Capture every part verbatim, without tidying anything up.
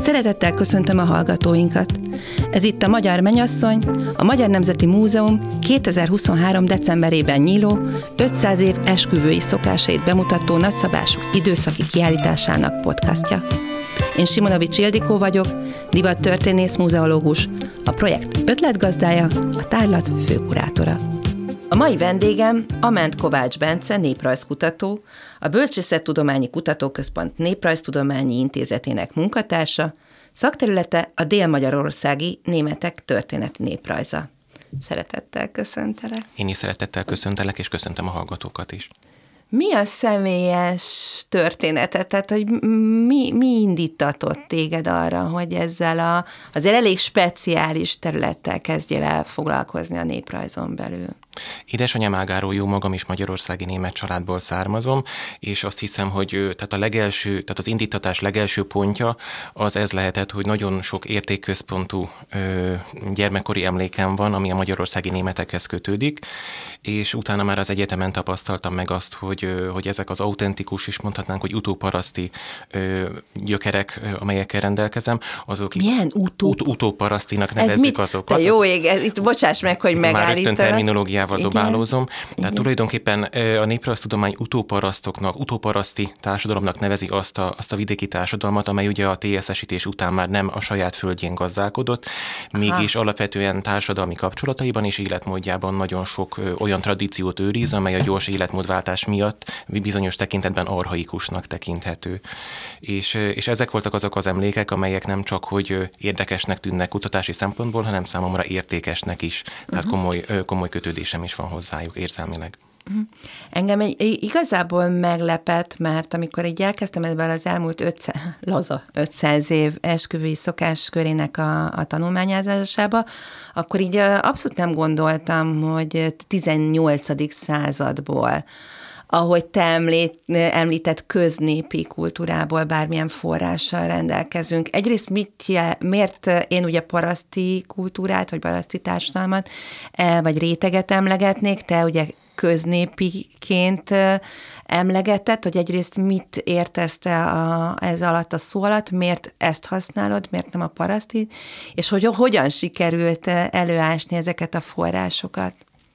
Szeretettel köszöntöm a hallgatóinkat. Ez itt a Magyar Mennyasszony, a Magyar Nemzeti Múzeum kétezer-huszonhárom. decemberében nyíló ötszáz év esküvői szokásait bemutató nagyszabású időszaki kiállításának podcastja. Én Simonovics Ildikó vagyok, divattörténész, muzeológus, a projekt ötletgazdája, a tárlat főkurátora. A mai vendégem Ament Kovács Bence, néprajzkutató, a Bölcsészettudományi Kutatóközpont Néprajztudományi Intézetének munkatársa, szakterülete a dél-magyarországi németek történeti néprajza. Szeretettel köszöntelek. Én is szeretettel köszöntelek, és köszöntöm a hallgatókat is. Mi a személyes történetet? Tehát, hogy mi, mi indítatott téged arra, hogy ezzel a, azért elég speciális területtel kezdjél el foglalkozni a néprajzon belül? Édesanyám ágáról jó magam is magyarországi német családból származom, és azt hiszem, hogy tehát a legelső, tehát az indítatás legelső pontja az ez lehetett, hogy nagyon sok értékközpontú ö, gyermekkori emlékem van, ami a magyarországi németekhez kötődik, és utána már az egyetemen tapasztaltam meg azt, hogy, hogy ezek az autentikus, és mondhatnánk, hogy utóparaszti ö, gyökerek, amelyekkel rendelkezem, azok... Milyen utó? Ut- utóparasztinak nevezzük azokat. Te jó ég, ez, itt bocsáss meg, hogy megállítanak. Már rögtön terminológiával dobálózom. Tehát igen. Tulajdonképpen a néprajztudomány utóparasztoknak, utóparaszti társadalomnak nevezi azt a, azt a vidéki társadalmat, amely ugye a té es es-ítés után már nem a saját földjén gazdálkodott, mégis Aha. alapvetően társadalmi kapcsolataiban és életmódjában nagyon sok olyan tradíciót őriz, amely a gyors életmódváltás miatt bizonyos tekintetben archaikusnak tekinthető. És, és ezek voltak azok az emlékek, amelyek nem csak, hogy érdekesnek tűnnek kutatási szempontból, hanem számomra értékesnek is. Tehát uh-huh. komoly, komoly kötődésem is van hozzájuk érzelmileg. Uh-huh. Engem egy, igazából meglepett, mert amikor így elkezdtem ebben az elmúlt ötszáz, laza ötszáz év esküvői szokás körének a, a tanulmányozásába, akkor így abszolút nem gondoltam, hogy tizennyolcadik századból, ahogy te említ, említett köznépi kultúrából bármilyen forrással rendelkezünk. Egyrészt mit, miért én ugye paraszti kultúrát, vagy paraszti társadalmat, vagy réteget emlegetnék, te ugye köznépiként emlegetted, hogy egyrészt mit értesz te a, ez alatt a szó alatt, miért ezt használod, miért nem a paraszti, és hogy hogyan sikerült előásni ezeket a forrásokat?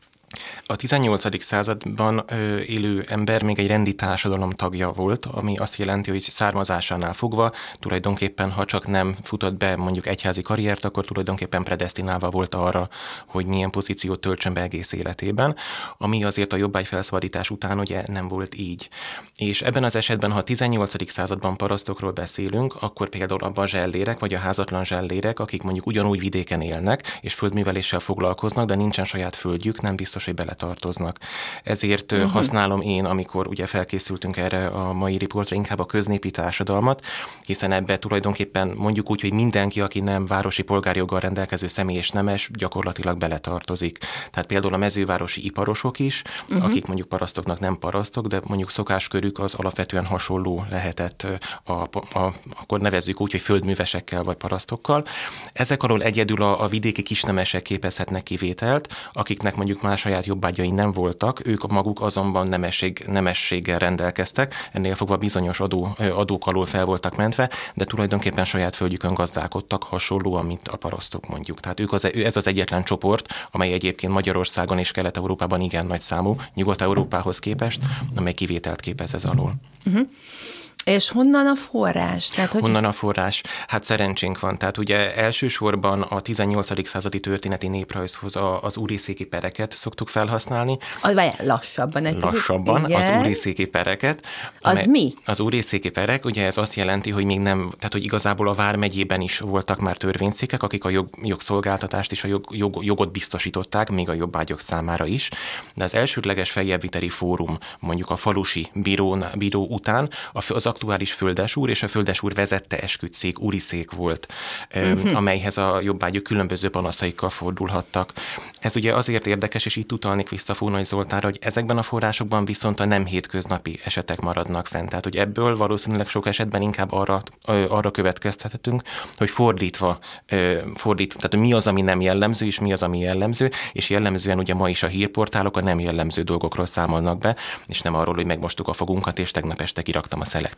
A tizennyolcadik században ö, élő ember még egy rendi társadalom tagja volt, ami azt jelenti, hogy származásánál fogva tulajdonképpen, ha csak nem futott be mondjuk egyházi karriert, akkor tulajdonképpen predesztinálva volt arra, hogy milyen pozíciót töltsön be egész életében, ami azért a jobbágyfelszabadítás után ugye nem volt így. És ebben az esetben, ha a tizennyolcadik században parasztokról beszélünk, akkor például a bazsellérek, vagy a házatlan zsellérek, akik mondjuk ugyanúgy vidéken élnek, és földműveléssel foglalkoznak, de nincsen saját földjük, nem biztos, hogy beletartoznak. Ezért uh-huh. használom én, amikor ugye felkészültünk erre a mai riportra, inkább a köznépi társadalmat, hiszen ebbe tulajdonképpen mondjuk úgy, hogy mindenki, aki nem városi polgárjoggal rendelkező személy és nemes, gyakorlatilag beletartozik. Tehát például a mezővárosi iparosok is, uh-huh. akik mondjuk parasztoknak nem parasztok, de mondjuk szokáskörük az alapvetően hasonló lehetett, a, a, akkor nevezzük úgy, hogy földművesekkel vagy parasztokkal. Ezek alól egyedül a, a vidéki kisnemesek képezhetnek kivételt, akiknek mondjuk más saját jobbágyai nem voltak, ők maguk azonban nemesség, nemességgel rendelkeztek, ennél fogva bizonyos adó, adók alól fel voltak mentve, de tulajdonképpen saját földjükön gazdálkodtak, hasonlóan, mint a parasztok mondjuk. Tehát ők az, ez az egyetlen csoport, amely egyébként Magyarországon és Kelet-Európában igen nagy számú, Nyugat-Európához képest, amely kivételt képez ez alól. Uh-huh. És honnan a forrás? Tehát, hogy... Honnan a forrás? Hát szerencsénk van. Tehát ugye elsősorban a tizennyolcadik századi történeti néprajzhoz az úriszéki pereket szoktuk felhasználni. Az vagy lassabban. Egy lassabban, igen. Az úriszéki pereket. Az mi? Az úriszéki perek, ugye ez azt jelenti, hogy még nem, tehát hogy igazából a vármegyében is voltak már törvényszékek, akik a jog, jogszolgáltatást és a jog, jog, jogot biztosították, még a jobbágyok számára is. De az elsődleges feljebbviteli fórum, mondjuk a falusi bíró, bíró után az aktuális földesúr és a földesúr vezette esküdtszék, úriszék volt, uh-huh. amelyhez a jobbágyok különböző panaszaikkal fordulhattak. Ez ugye azért érdekes, és itt utalnék vissza Fónay Zoltánra, hogy ezekben a forrásokban viszont a nem hétköznapi esetek maradnak fent. Tehát, hogy ebből valószínűleg sok esetben inkább arra, arra következtethetünk, hogy fordítva, fordít, tehát mi az, ami nem jellemző, és mi az, ami jellemző, és jellemzően ugye ma is a hírportálok a nem jellemző dolgokról számolnak be, és nem arról, hogy megmostuk a fogunkat, és tegnap este kiraktam a szelektív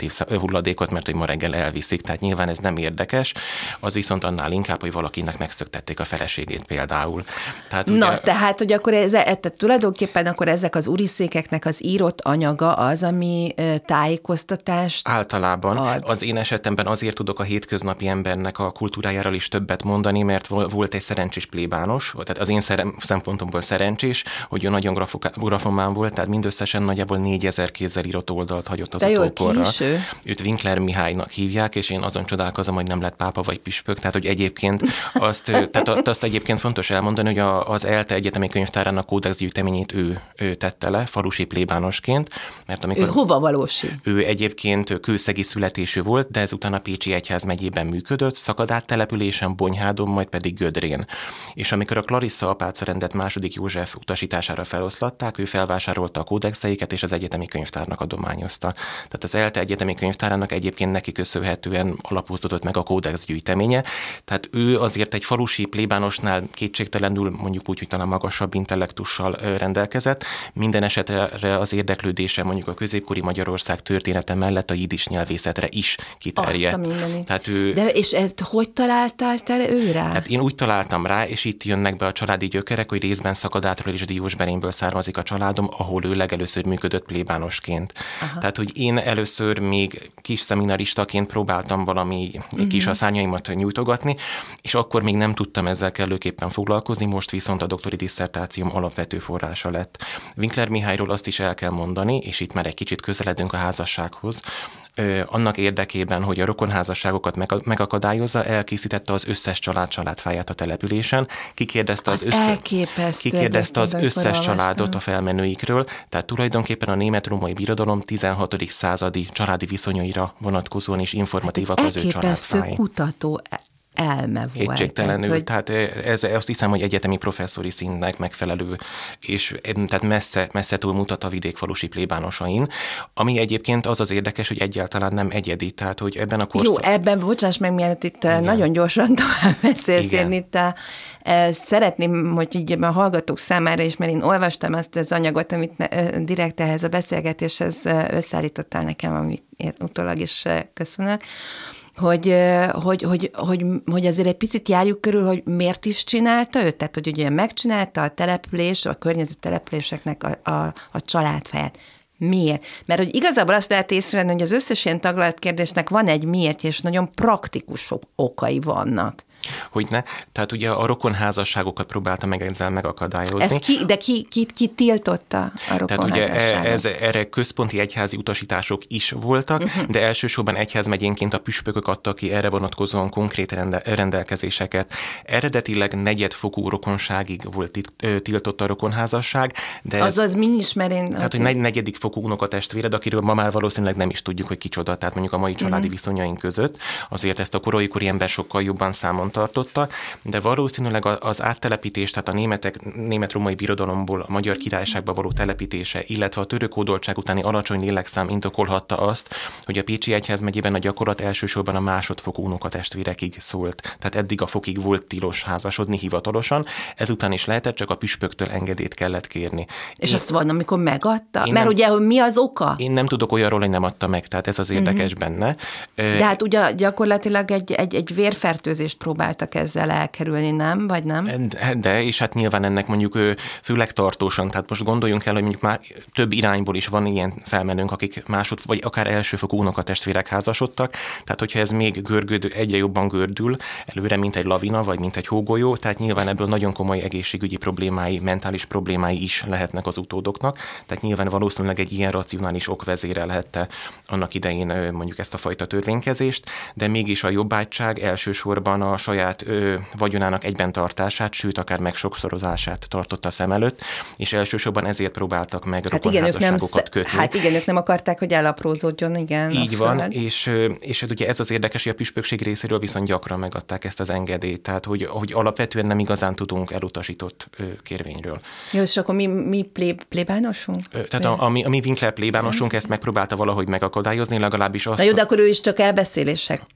radioaktív hulladékot, mert hogy ma reggel elviszik, tehát nyilván ez nem érdekes, az viszont annál inkább, hogy valakinek megszöktették a feleségét például. Tehát, Na, ugye, tehát, hogy akkor ez, tehát tulajdonképpen akkor ezek az úriszékeknek az írott anyaga az, ami tájékoztatást általában ad. Az én esetemben azért tudok a hétköznapi embernek a kultúrájáról is többet mondani, mert volt egy szerencsés plébános, tehát az én szempontomból szerencsés, hogy ő nagyon grafomán volt, tehát mindösszesen nagyjából négyezer kézzel írott oldalt hagyott az utókorra. Őt Winkler Mihálynak hívják, és én azon csodálkozom, hogy nem lett pápa vagy püspök, tehát hogy egyébként azt, tehát azt egyébként fontos elmondani, hogy az ELTE Egyetemi Könyvtárának kódex gyűjteményét ő, ő tette le, falusi plébánosként. Mert amikor ő hova valósi? Ő egyébként kőszegi születésű volt, de ezután a Pécsi Egyházmegyében működött, Szakadát településen, Bonyhádon, majd pedig Gödrén. És amikor a Clarissa apáca rendet második József utasítására feloszlatták, ő felvásárolta a kódexeiket, és az egyetemi könyvtárnak adományozta. Tehát az ELTE Egyetemi Könyvtárának egyébként neki köszönhetően alapozódott meg a kódex gyűjteménye. Tehát ő azért egy falusi plébánosnál kétségtelenül mondjuk úgy, hogy talán magasabb intellektussal rendelkezett. Minden esetre az érdeklődése mondjuk a középkori Magyarország története mellett a jiddis nyelvészetre is kiterjedt. Tehát ő... De és ezt hogy találtál te ő rá? Hát én úgy találtam rá, és itt jönnek be a családi gyökerek, hogy részben Szakadátról és Diósberényből származik a családom, ahol ő legelőször működött plébánosként. Aha. Tehát, hogy én először még kis szeminaristaként próbáltam valami uh-huh. kis aszárnyaimat nyújtogatni, és akkor még nem tudtam ezzel kellőképpen foglalkozni, most viszont a doktori disszertációm alapvető forrása lett. Winkler Mihályról azt is el kell mondani, és itt már egy kicsit közeledünk a házassághoz, Ö, annak érdekében, hogy a rokonházasságokat meg, megakadályozza, elkészítette az összes család családfáját a településen, kikérdezte az, az, össze, kikérdezte az összes családot a felmenőikről, tehát tulajdonképpen a német-római birodalom tizenhatodik századi családi viszonyaira vonatkozóan is informatívak hát az ő családfái. Elképesztő kutató elme volt. Kétségtelenül, hogy... tehát ez, azt hiszem, hogy egyetemi professzori szintnek megfelelő, és tehát messze, messze túl mutat a vidékfalusi plébánosain, ami egyébként az az érdekes, hogy egyáltalán nem egyedi, tehát hogy ebben a korszak... Jó, ebben, bocsáss meg, mielőtt itt igen. nagyon gyorsan tovább beszélsz, én itt a, e, szeretném, hogy így a hallgatók számára is, mert én olvastam azt az anyagot, amit ne, direkt ehhez a beszélgetéshez összeállítottál nekem, amit én utólag is köszönök, Hogy, hogy, hogy, hogy, hogy azért egy picit járjuk körül, hogy miért is csinálta ő? Tehát, hogy ugye megcsinálta a település, a környező településeknek a, a, a családfáját. Miért? Mert hogy igazából azt lehet észrevenni, hogy az összes ilyen taglalt kérdésnek van egy miért, és nagyon praktikus okai vannak. Hogyne. Tehát ugye a rokonházasságokat próbálta meg ezzel megakadályozni. Ez ki, de ki, ki, ki tiltotta a rokonházasságot? Tehát ugye ez, erre központi egyházi utasítások is voltak, uh-huh. de elsősorban egyházmegyénként a püspökök adtak ki erre vonatkozóan konkrét rende, rendelkezéseket. Eredetileg negyedfokú rokonságig volt tiltott a rokonházasság. De ez, azaz mi ismer én? Tehát, hogy negy, negyedik fokú unokatestvéred, akiről ma már valószínűleg nem is tudjuk, hogy kicsoda, tehát mondjuk a mai családi uh-huh. viszonyaink között. Azért ezt a korai kori ember sokkal jobban számon tartotta, de valószínűleg az áttelepítés, tehát a németek, német-római birodalomból a Magyar Királyságba való telepítése, illetve a török hódoltság utáni alacsony lélekszám indokolhatta azt, hogy a Pécsi Egyházmegyében a gyakorlat elsősorban a másodfokú unokatestvérekig szólt. Tehát eddig a fokig volt tilos házasodni hivatalosan, ezután is lehetett, csak a püspöktől engedélyt kellett kérni. És én, azt van, amikor megadta? Mert nem, ugye, mi az oka? Én nem tudok olyanról, hogy nem adta meg, tehát ez az érdekes uh-huh. benne. De hát ugye gyakorlatilag egy, egy, egy vérfertőzést próbáltak ezzel elkerülni, nem? Vagy nem? De, és hát nyilván ennek mondjuk főleg tartósan, tehát most gondoljunk el, hogy mondjuk már több irányból is van ilyen felmenőnk, akik másod, vagy akár elsőfokú unokatestvérek házasodtak, tehát hogyha ez még görgöd, egyre jobban gördül előre, mint egy lavina, vagy mint egy hógolyó, tehát nyilván ebből nagyon komoly egészségügyi problémái, mentális problémái is lehetnek az utódoknak, tehát nyilván valószínűleg egy ilyen racionális ok vezérelhette annak idején mondjuk ezt a fajta törvénykezést, de mégis a jobbágyság elsősorban a saját ö, vagyonának egyben tartását, sőt akár megsokszorozását tartotta szem előtt, és elsősorban ezért próbáltak meg hát rokonházasságokat kötni. Hát igen, ők nem akarták, hogy elaprózódjon, igen. Így van, és, és ugye ez az érdekes, hogy a püspökség részéről viszont gyakran megadták ezt az engedélyt, tehát hogy, hogy alapvetően nem igazán tudunk elutasított ö, kérvényről. Jó, és akkor mi, mi plé, plébánosunk? Ö, tehát a, a, mi, a mi Winkler plébánosunk ezt megpróbálta valahogy megakadályozni, legalábbis azt... Na jó, de akkor ő is csak elbeszélések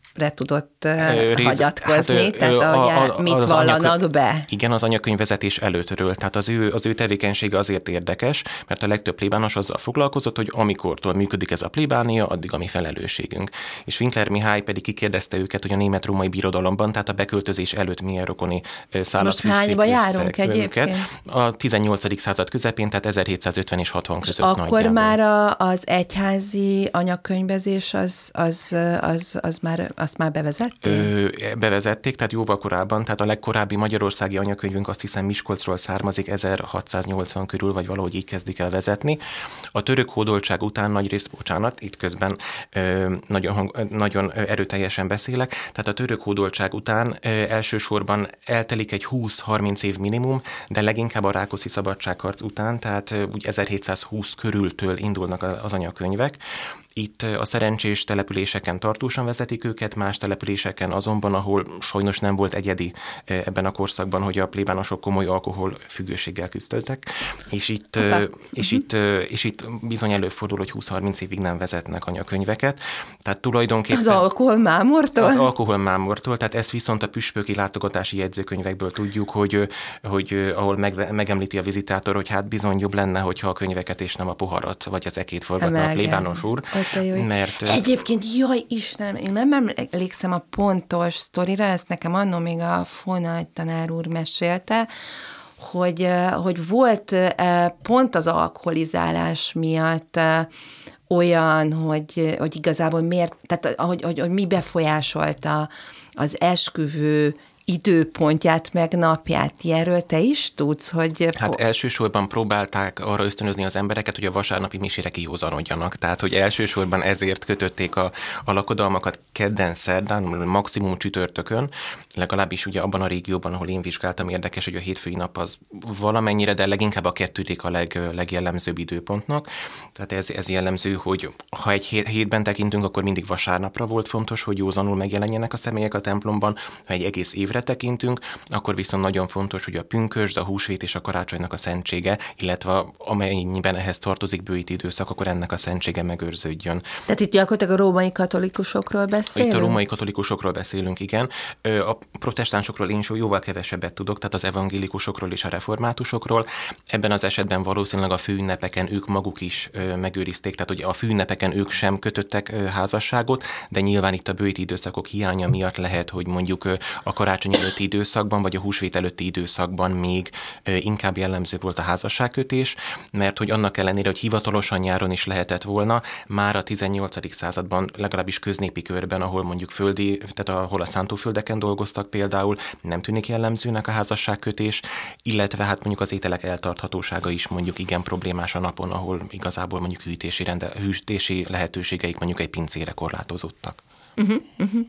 tudott Rész, hagyatkozni, hát, tehát a, a, a, mit az vallanak anyag, be. Igen, az anyakönyvvezetés előttről, tehát az ő, az ő tevékenysége azért érdekes, mert a legtöbb plébános azzal foglalkozott, hogy amikortól működik ez a plébánia, addig a mi felelősségünk. És Winkler Mihály pedig kikérdezte őket, hogy a német-római birodalomban, tehát a beköltözés előtt milyen rokoni szállat fűzték össze. Most hányba járunk egyébként? A tizennyolcadik század közepén, tehát ezerhétszázötven és hatvan között akkor nagyjából. Akkor már az egyházi anyakönyvezés az, az, az, az már, azt már bevezették? Ö, bevezették, tehát jóval korábban, tehát a legkorábbi magyarországi anyakönyvünk azt hiszem Miskolcról származik, ezerhatszáznyolcvan körül, vagy valahogy így kezdik el vezetni. A török hódoltság után nagyrészt, bocsánat, itt közben ö, nagyon, hang, nagyon erőteljesen beszélek, tehát a török hódoltság után ö, elsősorban eltelik egy húsz-harminc év minimum, de leginkább a rákoszi szabadságharc után, tehát ö, úgy ezerhétszázhúsz körültől indulnak az anyakönyvek. Itt a szerencsés településeken tartósan vezetik őket, más településeken azonban, ahol sajnos nem volt egyedi ebben a korszakban, hogy a plébánosok komoly alkoholfüggőséggel küzdöttek, és itt, és, itt, és itt bizony előfordul, hogy húsz-harminc évig nem vezetnek anyakönyveket. Tehát tulajdonképpen... Az alkoholmámortól? Az alkoholmámortól, tehát ezt viszont a püspöki látogatási jegyzőkönyvekből tudjuk, hogy, hogy ahol meg, megemlíti a vizitátor, hogy hát bizony jobb lenne, hogyha a könyveket és nem a poharat, vagy az ekét forgatna a plébános úr. Mert... Egyébként, jaj Istenem, én nem emlékszem a pontos sztorira, ezt nekem annól még a Fónagy tanár úr mesélte, hogy, hogy volt pont az alkoholizálás miatt olyan, hogy, hogy igazából miért, tehát hogy, hogy, hogy mi befolyásolta az esküvő időpontját, meg napját. Erről te is tudsz, hogy... Hát elsősorban próbálták arra ösztönözni az embereket, hogy a vasárnapi misére kijózanodjanak. Tehát, hogy elsősorban ezért kötötték a, a lakodalmakat kedden, szerdán, maximum csütörtökön, legalábbis ugye abban a régióban, ahol én vizsgáltam, érdekes, hogy a hétfői nap az valamennyire, de leginkább a kettődik a leg, legjellemzőbb időpontnak. Tehát ez, ez jellemző, hogy ha egy hét, hétben tekintünk, akkor mindig vasárnapra volt fontos, hogy józanul megjelenjenek a személyek a templomban, ha egy egész évre tekintünk, akkor viszont nagyon fontos, hogy a pünkösd, a húsvét és a karácsonynak a szentsége, illetve amennyiben ehhez tartozik bővíti időszak, akkor ennek a szentsége megőrződjön. Tehát itt gyakorlatilag a római katolikusokról beszélünk? Itt a római katolikusokról beszélünk, igen. A protestánsokról én jóval kevesebbet tudok, tehát az evangélikusokról és a reformátusokról. Ebben az esetben valószínűleg a főünnepeken ők maguk is megőrizték, tehát hogy a főünnepeken ők sem kötöttek házasságot, de nyilván itt a bővíti időszakok hiánya miatt lehet, hogy mondjuk a karácsony előtti időszakban, vagy a húsvét előtti időszakban még inkább jellemző volt a házasságkötés, mert hogy annak ellenére, hogy hivatalosan nyáron is lehetett volna, már a tizennyolcadik században, legalábbis köznépi körben, ahol mondjuk földi, tehát ahol a szántóföldeken dolgoztak például, nem tűnik jellemzőnek a házasságkötés, illetve hát mondjuk az ételek eltarthatósága is mondjuk igen problémás a napon, ahol igazából mondjuk hűtési, rende, hűtési lehetőségeik mondjuk egy pincére korlátozottak. Uh-huh, uh-huh.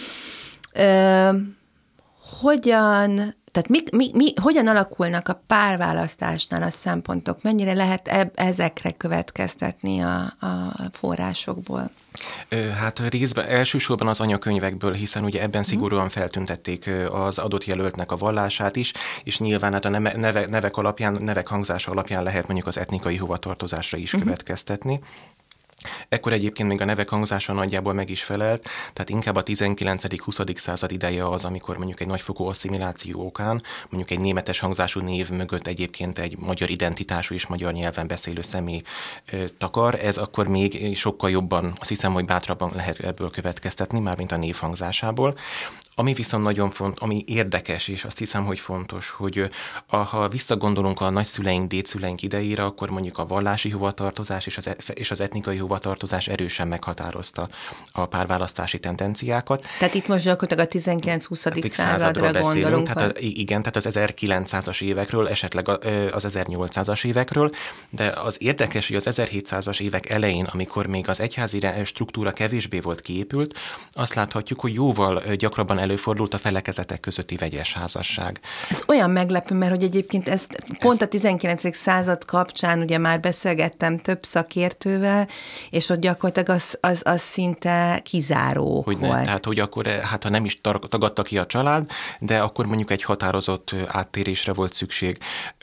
Uh... Hogyan, tehát mi, mi, mi, hogyan alakulnak a párválasztásnál a szempontok? Mennyire lehet eb, ezekre következtetni a, a forrásokból? Hát részben elsősorban az anyakönyvekből, hiszen ugye ebben szigorúan feltüntették az adott jelöltnek a vallását is, és nyilván hát a neve, neve, nevek alapján, nevek hangzása alapján lehet mondjuk az etnikai hovatartozásra is uh-huh. következtetni. Ekkor egyébként még a nevek hangzása nagyjából meg is felelt, tehát inkább a tizenkilencedik-huszadik század ideje az, amikor mondjuk egy nagyfokú asszimiláció okán, mondjuk egy németes hangzású név mögött egyébként egy magyar identitású és magyar nyelven beszélő személy ö, takar, ez akkor még sokkal jobban, azt hiszem, hogy bátrabban lehet ebből következtetni, mármint a név hangzásából. Ami viszont nagyon fontos, ami érdekes, és azt hiszem, hogy fontos, hogy a, ha visszagondolunk a nagyszüleink, dédszüleink idejére, akkor mondjuk a vallási hovatartozás és az, és az etnikai hovatartozás erősen meghatározta a párválasztási tendenciákat. Tehát itt most gyakorlatilag a tizenkilenc-huszadik századra gondolunk. Tehát a, igen, tehát az ezerkilencszázas évekről, esetleg az ezernyolcszázas évekről, de az érdekes, hogy az ezerhétszázas évek elején, amikor még az egyházi struktúra kevésbé volt kiépült, azt láthatjuk, hogy jóval gyakrabban előfordult a felekezetek közötti vegyes házasság. Ez olyan meglepő, mert hogy egyébként ezt pont ez... a tizenkilencedik század kapcsán ugye már beszélgettem több szakértővel, és ott gyakorlatilag az, az, az szinte kizáró hogy volt. Ne, tehát, hogy akkor, hát ha nem is tagadta ki a család, de akkor mondjuk egy határozott áttérésre volt szükség.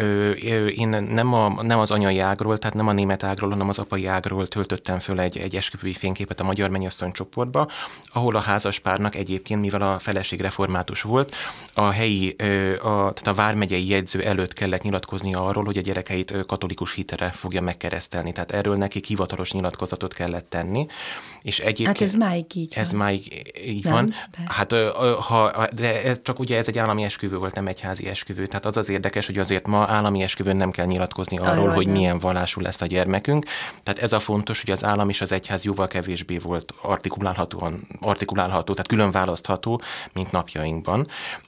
Én nem, a, nem az anyai ágról, tehát nem a német ágról, hanem az apai ágról töltöttem föl egy, egy esküvői fényképet a Magyar Mennyasszony csoportba, ahol a házaspárnak egyébként, mivel a feleség református volt, a helyi, a, tehát a vármegyei jegyző előtt kellett nyilatkoznia arról, hogy a gyerekeit katolikus hitre fogja megkeresztelni. Tehát erről nekik hivatalos nyilatkozatot kellett tenni. És egyébként, hát ez máig így Ez van. máig így nem, van. De... Hát, ha, de ez csak ugye ez egy állami esküvő volt, nem egyházi esküvő. Tehát az az érdekes, hogy azért ma állami esküvőn nem kell nyilatkozni arról, Arról hogy nem. milyen vallású lesz a gyermekünk. Tehát ez a fontos, hogy az állam és az egyház jóval kevésbé volt artikulálhatóan, artikulálható, tehát külön választható, mint napjainkban.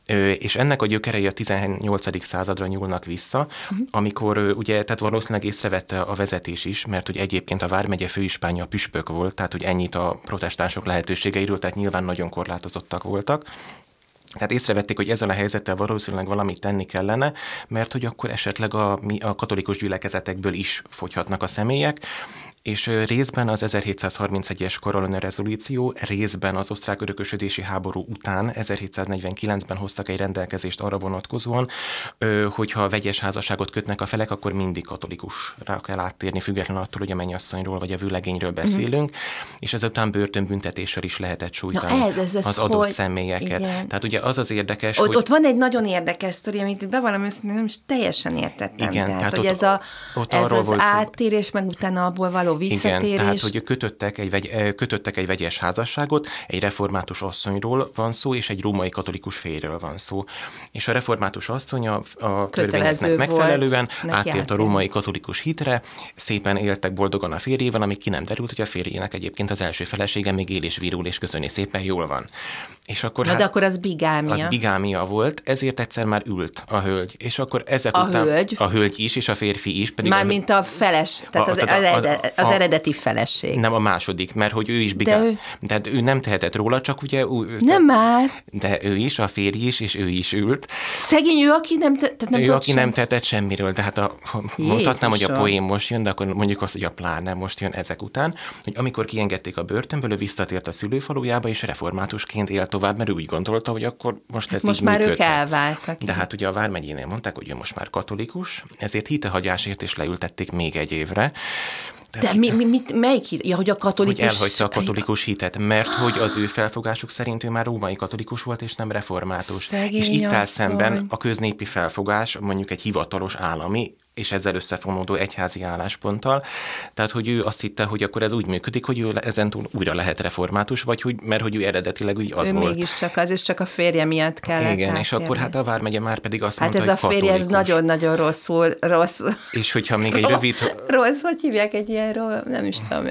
És ennek a gyökerei a tizennyolcadik századra nyúlnak vissza, uh-huh. amikor ugye, tehát valószínűleg észrevette a vezetés is, mert hogy egyébként a vármegye főispánja püspök volt, tehát hogy ennyit a protestánsok lehetőségeiről, tehát nyilván nagyon korlátozottak voltak. Tehát észrevették, hogy ezzel a helyzettel valószínűleg valamit tenni kellene, mert hogy akkor esetleg a, a katolikus gyülekezetekből is fogyhatnak a személyek, és részben az ezerhétszázharmincegyes Karolina rezolúció, részben az osztrák örökösödési háború után ezerhétszáznegyvenkilencben hoztak egy rendelkezést arra vonatkozóan, hogyha vegyes házasságot kötnek a felek, akkor mindig katolikusra kell áttérni, függetlenül attól, hogy a mennyasszonyról vagy a vőlegényről beszélünk, mm. és ezután börtönbüntetéssel is lehetett sújtani Na ez, ez, ez az adott hogy... személyeket. Igen. Tehát ugye az az érdekes, ott, hogy... Ott van egy nagyon érdekes sztori, amit bevallom, ezt nem is teljesen értettem. Igen, tehát, tehát hogy ott, ez, a, ez az áttérés, szó... meg utána abból való visszatérés. Igen, tehát hogy kötöttek egy, vegy, kötöttek egy vegyes házasságot, egy református asszonyról van szó, és egy római katolikus férjről van szó. És a református asszony a, a törvényeknek megfelelően áttért a római katolikus hitre, szépen éltek boldogan a férjével, amíg ki nem derült, hogy a férjének egyébként az első felesége még él és virul, és köszöni szépen jól van. És akkor, Na, hát, de akkor az bigámia. Az bigámia volt, ezért egyszer már ült a hölgy. És akkor ezek a után... Hölgy. A hölgy is, és a férfi is. Pedig Mármint a feles, tehát a, az, az, az, az a, eredeti feleség. Nem a második, mert hogy ő is bigám. De ő... Tehát ő nem tehetett róla, csak ugye... Ő, nem te... már. De ő is, a férj is, és ő is ült. Szegény ő, aki nem, te, tehát nem ő, aki sem... nem tehetett semmiről. De hát a, mondhatnám, hogy a poém most jön, de akkor mondjuk azt, hogy a pláne most jön ezek után, hogy amikor kiengedték a börtönből, ő visszatért a szülőfalujába, és reformátusként él tovább, mert ő úgy gondolta, hogy akkor most ez most így már működhet. Ők elváltak. De hát ugye a vármegyénél mondták, hogy ő most már katolikus, ezért hitehagyásért is leültették még egy évre. De mi, mi, mit, melyik hit? Ja, hogy a katolikus... Hogy elhagyta a katolikus hitet, mert hogy az ő felfogásuk szerint ő már római katolikus volt, és nem református. Szegény és itt áll asszony. szemben a köznépi felfogás, mondjuk egy hivatalos állami, és ezzel összefonódó egyházi állásponttal. Tehát, hogy ő azt hitte, hogy akkor ez úgy működik, hogy ő ezentúl újra lehet református, vagy hogy, mert hogy ő eredetileg úgy az ő volt. mégiscsak az, és csak a férje miatt kellett Igen, átérni. és akkor hát a vármegye már pedig azt hát mondta, ez hogy a férje, ez katolikus. nagyon-nagyon rosszul, rossz. És hogyha még egy rövid... Rossz, hogy hívják egy ilyen, nem is tudom,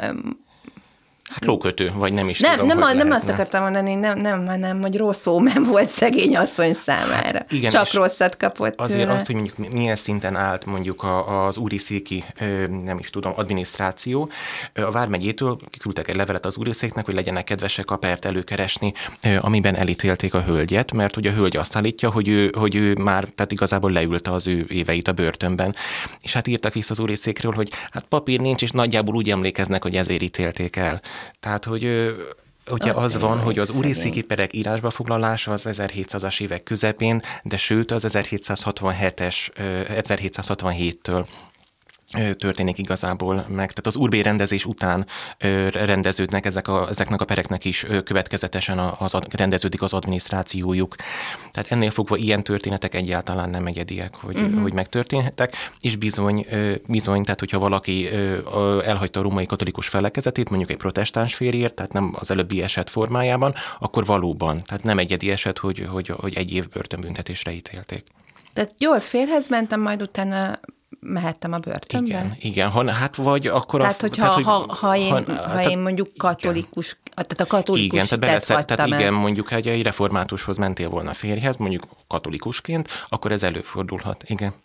Hát lókötő, vagy nem is nem, tudom, nem, hogy nem lehetne. azt akartam mondani, nem, nem, hanem, hogy rossz ómen volt szegény asszony számára. Hát igen, csak rosszat kapott azért tőle. azt, hogy mondjuk milyen szinten állt mondjuk a, az úriszéki, nem is tudom, adminisztráció. A vármegyétől küldtek egy levelet az úriszéknek, hogy legyenek kedvesek a pert előkeresni, amiben elítélték a hölgyet, mert ugye a hölgy azt állítja, hogy ő, hogy ő már, tehát igazából leülte az ő éveit a börtönben. És hát írtak vissza az úriszékről, hogy hát papír nincs, és nagyjából úgy emlékeznek, hogy ezért ítélték el. Tehát, hogy ugye okay, az van, hogy az úriszéki perek írásba foglalása az ezerhétszázas évek közepén, de sőt az ezerhétszázhatvanhetes, ezerhétszázhatvanhéttől történik igazából meg. Tehát az urbé rendezés után rendeződnek ezek a, ezeknek a pereknek is következetesen az, rendeződik az adminisztrációjuk. Tehát ennél fogva ilyen történetek egyáltalán nem egyediek, hogy, uh-huh. hogy megtörténhettek, és bizony, bizony, tehát hogyha valaki elhagyta a római katolikus felekezetét, mondjuk egy protestáns férjért, tehát nem az előbbi eset formájában, akkor valóban, tehát nem egyedi eset, hogy, hogy, hogy egy év börtönbüntetésre ítélték. Tehát jól férhez mentem, majd utána mehettem a börtönben? Igen, igen. Ha, hát vagy akkor... Tehát, a, hogyha, tehát, hogy, ha, ha, én, ha tehát, én mondjuk katolikus, igen. tehát a katolikus igen, tehát beleszed, tehát el. igen, mondjuk egy, egy reformátushoz mentél volna férjhez, mondjuk katolikusként, akkor ez előfordulhat, igen.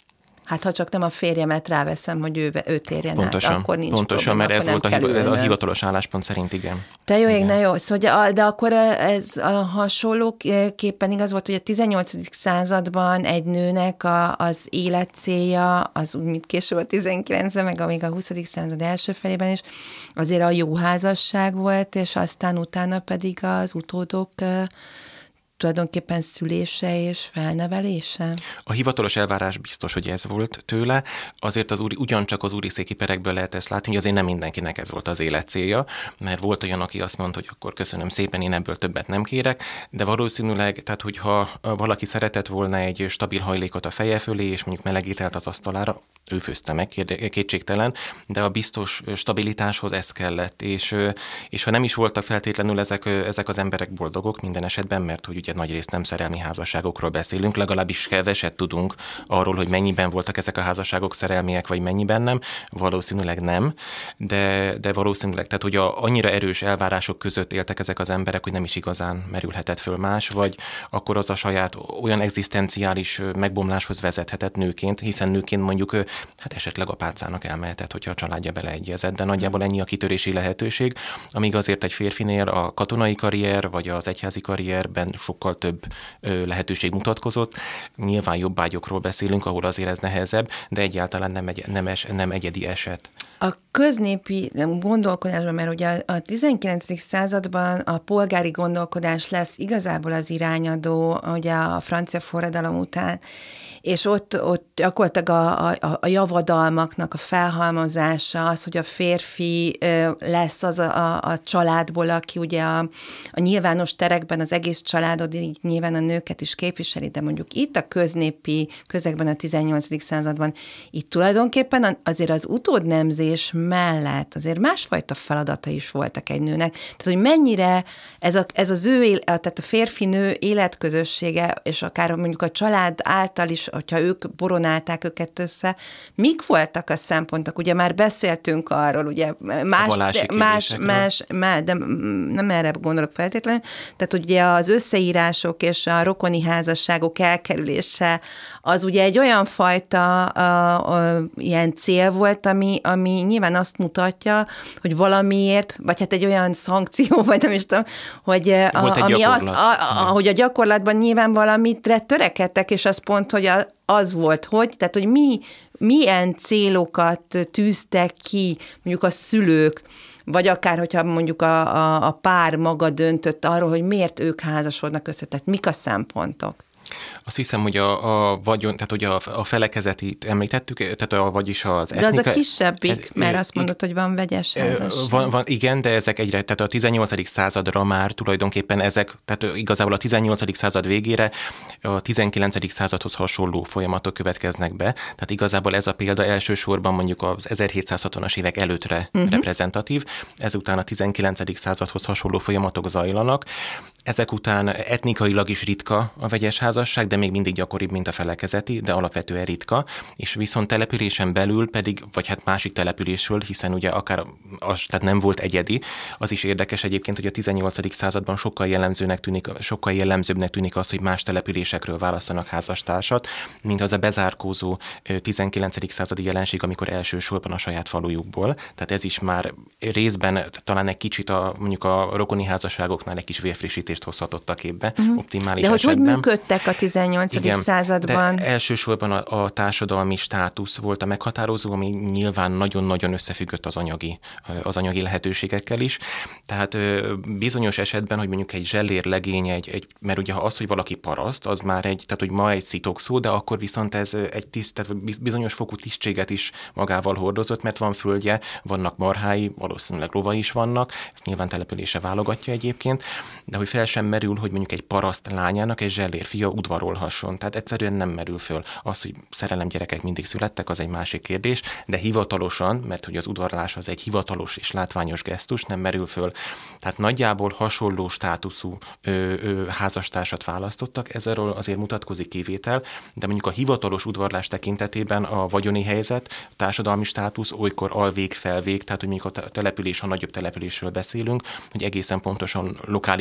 Hát ha csak nem a férjemet ráveszem, hogy ő, ő térjen pontosan, át, akkor nincs Pontosan, probléma, mert ez volt a, hiva, ez a hivatalos álláspont szerint, igen. Te jó ég, na jó, szóval, de akkor ez a hasonlóképpen igaz volt, hogy a tizennyolcadik században egy nőnek a, az életcélja, az úgy, mint később a tizenkilencben, meg amíg a huszadik század első felében is, azért a jó házasság volt, és aztán utána pedig az utódok tulajdonképpen szülése és felnevelése? A hivatalos elvárás biztos, hogy ez volt tőle, azért az úri, ugyancsak az úriszéki perekből lehet ezt látni, hogy azért nem mindenkinek ez volt az életcélja, mert volt olyan, aki azt mondta, hogy akkor köszönöm szépen, én ebből többet nem kérek, de valószínűleg, tehát hogyha valaki szeretett volna egy stabil hajlékot a feje fölé, és mondjuk melegételt az asztalára, ő főzte meg, kétségtelen, de a biztos stabilitáshoz ez kellett, és, és ha nem is voltak feltétlenül ezek, ezek az emberek boldogok minden esetben, mert hogy ugye nagy részt nem szerelmi házasságokról beszélünk, legalábbis keveset tudunk arról, hogy mennyiben voltak ezek a házasságok szerelmiek, vagy mennyiben nem, valószínűleg nem, de, de valószínűleg, tehát hogy a, annyira erős elvárások között éltek ezek az emberek, hogy nem is igazán merülhetett föl más, vagy akkor az a saját olyan egzisztenciális megbomláshoz vezethetett nőként, hiszen nőként mondjuk hát esetleg apácának elmehetett, hogyha a családja beleegyezett, de nagyjából ennyi a kitörési lehetőség, amíg azért egy férfinél a katonai karrier, vagy az egyházi karrierben sokkal több lehetőség mutatkozott. Nyilván jobbágyokról beszélünk, ahol azért ez nehezebb, de egyáltalán nem, egy, nem, es, nem egyedi eset. A köznépi gondolkodásban, mert ugye a tizenkilencedik században a polgári gondolkodás lesz igazából az irányadó, ugye a francia forradalom után, és ott, ott gyakorlatilag a, a, a javadalmaknak a felhalmozása, az, hogy a férfi lesz az a, a, a családból, aki ugye a, a nyilvános terekben az egész családod, így nyilván a nőket is képviseli, de mondjuk itt a köznépi közegben a tizennyolcadik században, itt tulajdonképpen azért az utódnemzés mellett azért másfajta feladata is voltak egy nőnek. Tehát, hogy mennyire ez, a, ez az ő, tehát a férfi-nő életközössége, és akár mondjuk a család által is, hogyha ők boronálták őket össze, mik voltak a szempontok? Ugye már beszéltünk arról, ugye más, de, más, más, más, de nem erre gondolok feltétlenül, tehát ugye az összeírások és a rokoni házasságok elkerülése, az ugye egy olyan fajta a, a, ilyen cél volt, ami, ami nyilván azt mutatja, hogy valamiért, vagy hát egy olyan szankció, vagy nem is tudom, hogy a, ami azt, a, a, hogy a gyakorlatban nyilván valamitre törekedtek, és az pont, hogy a, az volt, hogy, tehát, hogy mi, milyen célokat tűztek ki, mondjuk a szülők, vagy akár, hogyha mondjuk a, a, a pár maga döntött arról, hogy miért ők házasodnak össze, tehát mik a szempontok? Azt hiszem, hogy a, a vagyon, tehát hogy a, a felekezetit említettük, tehát a, vagyis az etnika... De az a kisebbik, mert azt mondod, hogy van vegyes házasság. Van, van, igen, de ezek egyre, tehát a tizennyolcadik századra már tulajdonképpen ezek, tehát igazából a tizennyolcadik század végére a tizenkilencedik századhoz hasonló folyamatok következnek be, tehát igazából ez a példa elsősorban mondjuk az ezerhétszázhatvanas évek előttre uh-huh. reprezentatív, ezután a tizenkilencedik századhoz hasonló folyamatok zajlanak, ezek után etnikailag is ritka a vegyes házasság, de még mindig gyakoribb, mint a felekezeti, de alapvetően ritka, és viszont településen belül pedig, vagy hát másik településről, hiszen ugye akár az, tehát nem volt egyedi, az is érdekes egyébként, hogy a tizennyolcadik században sokkal jellemzőnek tűnik, sokkal jellemzőbbnek tűnik az, hogy más településekről választanak házastársat, mint az a bezárkózó tizenkilencedik századi jelenség, amikor elsősorban a saját falujukból. Tehát ez is már részben talán egy kicsit a, mondjuk a rokoni házasságoknál egy kis vérfrissítést hozhatott a képbe, uh-huh. optimális de esetben. De hogy működtek a tizennyolcadik Igen, században? De elsősorban a, a társadalmi státusz volt a meghatározó, ami nyilván nagyon-nagyon összefüggött az anyagi, az anyagi lehetőségekkel is. Tehát bizonyos esetben, hogy mondjuk egy zsellér legény, egy, egy, mert ugye az, hogy valaki paraszt, az már egy, tehát hogy ma egy szitokszó, de akkor viszont ez egy tiszt, tehát bizonyos fokú tisztséget is magával hordozott, mert van földje, vannak marhái, valószínűleg lovai is vannak, ezt nyilván települése válogatja egyébként, de hogy fel sem merül, hogy mondjuk egy paraszt lányának egy zsellér fia udvarolhasson. Tehát egyszerűen nem merül föl. Az, hogy szerelem gyerekek mindig születtek, az egy másik kérdés, de hivatalosan, mert hogy az udvarlás az egy hivatalos és látványos gesztus, nem merül föl. Tehát nagyjából hasonló státuszú ö, ö, házastársat választottak, ezzel azért mutatkozik kivétel, de mondjuk a hivatalos udvarlás tekintetében a vagyoni helyzet, a társadalmi státusz olykor alvég, felvég, tehát hogy mondjuk a település, ha nagyobb településről beszélünk, hogy egészen pontosan lokálisan hol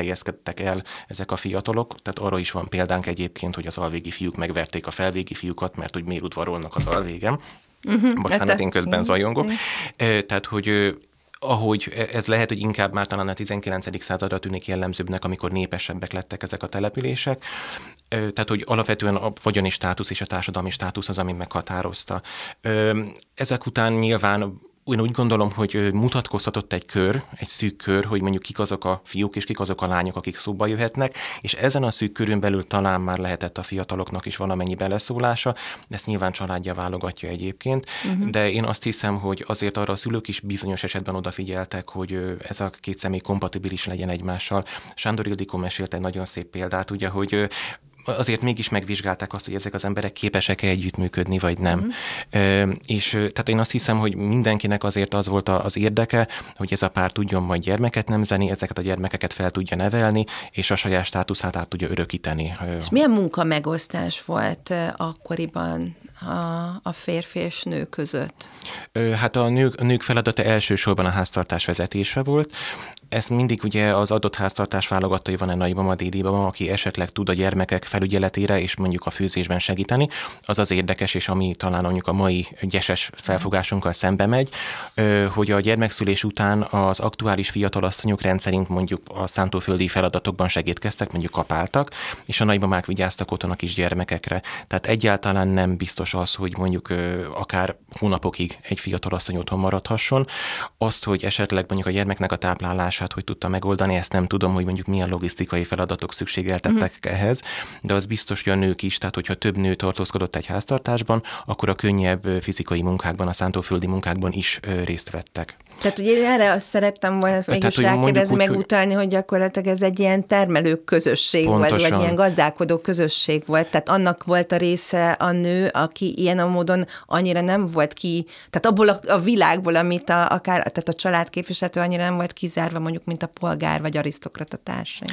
helyezkedtek el ezek a fiatalok. Tehát arra is van példánk egyébként, hogy az alvégi fiúk megverték a felvégi fiúkat, mert hogy miért udvarolnak az alvégen. Uh-huh. Bocsánat, én közben zajongok. Tehát, hogy ahogy ez lehet, hogy inkább már talán a tizenkilencedik századra tűnik jellemzőbbnek, amikor népesebbek lettek ezek a települések. Tehát, hogy alapvetően a vagyoni státusz és a társadalmi státusz az, ami meghatározta. Ezek után nyilván én úgy gondolom, hogy mutatkozhatott egy kör, egy szűk kör, hogy mondjuk kik azok a fiúk és kik azok a lányok, akik szóba jöhetnek, és ezen a szűk körön belül talán már lehetett a fiataloknak is valamennyi beleszólása, ezt nyilván családja válogatja egyébként, uh-huh. de én azt hiszem, hogy azért arra a szülők is bizonyos esetben odafigyeltek, hogy ez a két személy kompatibilis legyen egymással. Sándor Ildikó mesélt egy nagyon szép példát, ugye, hogy azért mégis megvizsgálták azt, hogy ezek az emberek képesek-e együttműködni, vagy nem. Mm. És tehát én azt hiszem, hogy mindenkinek azért az volt az érdeke, hogy ez a pár tudjon majd gyermeket nemzeni, ezeket a gyermekeket fel tudja nevelni, és a saját státuszát át tudja örökíteni. És milyen munkamegosztás volt akkoriban a, a férfi és nő között? Hát a nők, a nők feladata elsősorban a háztartás vezetése volt. Ez mindig ugye az adott háztartás válogatói van a nagyban, a dédében, aki esetleg tud a gyermekek felügyeletére és mondjuk a főzésben segíteni. Az az érdekes, és ami talán mondjuk a mai gyeses felfogásunkkal szembe megy, hogy a gyermekszülés után az aktuális fiatalasszonyok rendszerint mondjuk a szántóföldi feladatokban segítkeztek, mondjuk kapáltak, és a nagymamák vigyáztak otthon a kis gyermekekre. Tehát egyáltalán nem biztos az, hogy mondjuk akár hónapokig egy fiatalasszony otthon maradhasson. Azt, hogy esetleg mondjuk a gyermeknek a táplálását hogy tudta megoldani, ezt nem tudom, hogy mondjuk milyen logisztikai feladatok szükségeltettek uh-huh. ehhez, de az biztos, hogy a nők is, tehát hogyha több nő tartózkodott egy háztartásban, akkor a könnyebb fizikai munkákban, a szántóföldi munkákban is részt vettek. Tehát ugye erre azt szerettem volna mégis rákérdezni, megutalni, hogy gyakorlatilag ez egy ilyen termelők közösség pontosan. Volt, vagy ilyen gazdálkodó közösség volt. Tehát annak volt a része a nő, aki ilyen a módon annyira nem volt ki, tehát abból a, a világból, amit a, akár, tehát a család képviselő annyira nem volt kizárva, mondjuk, mint a polgár vagy arisztokrata társai.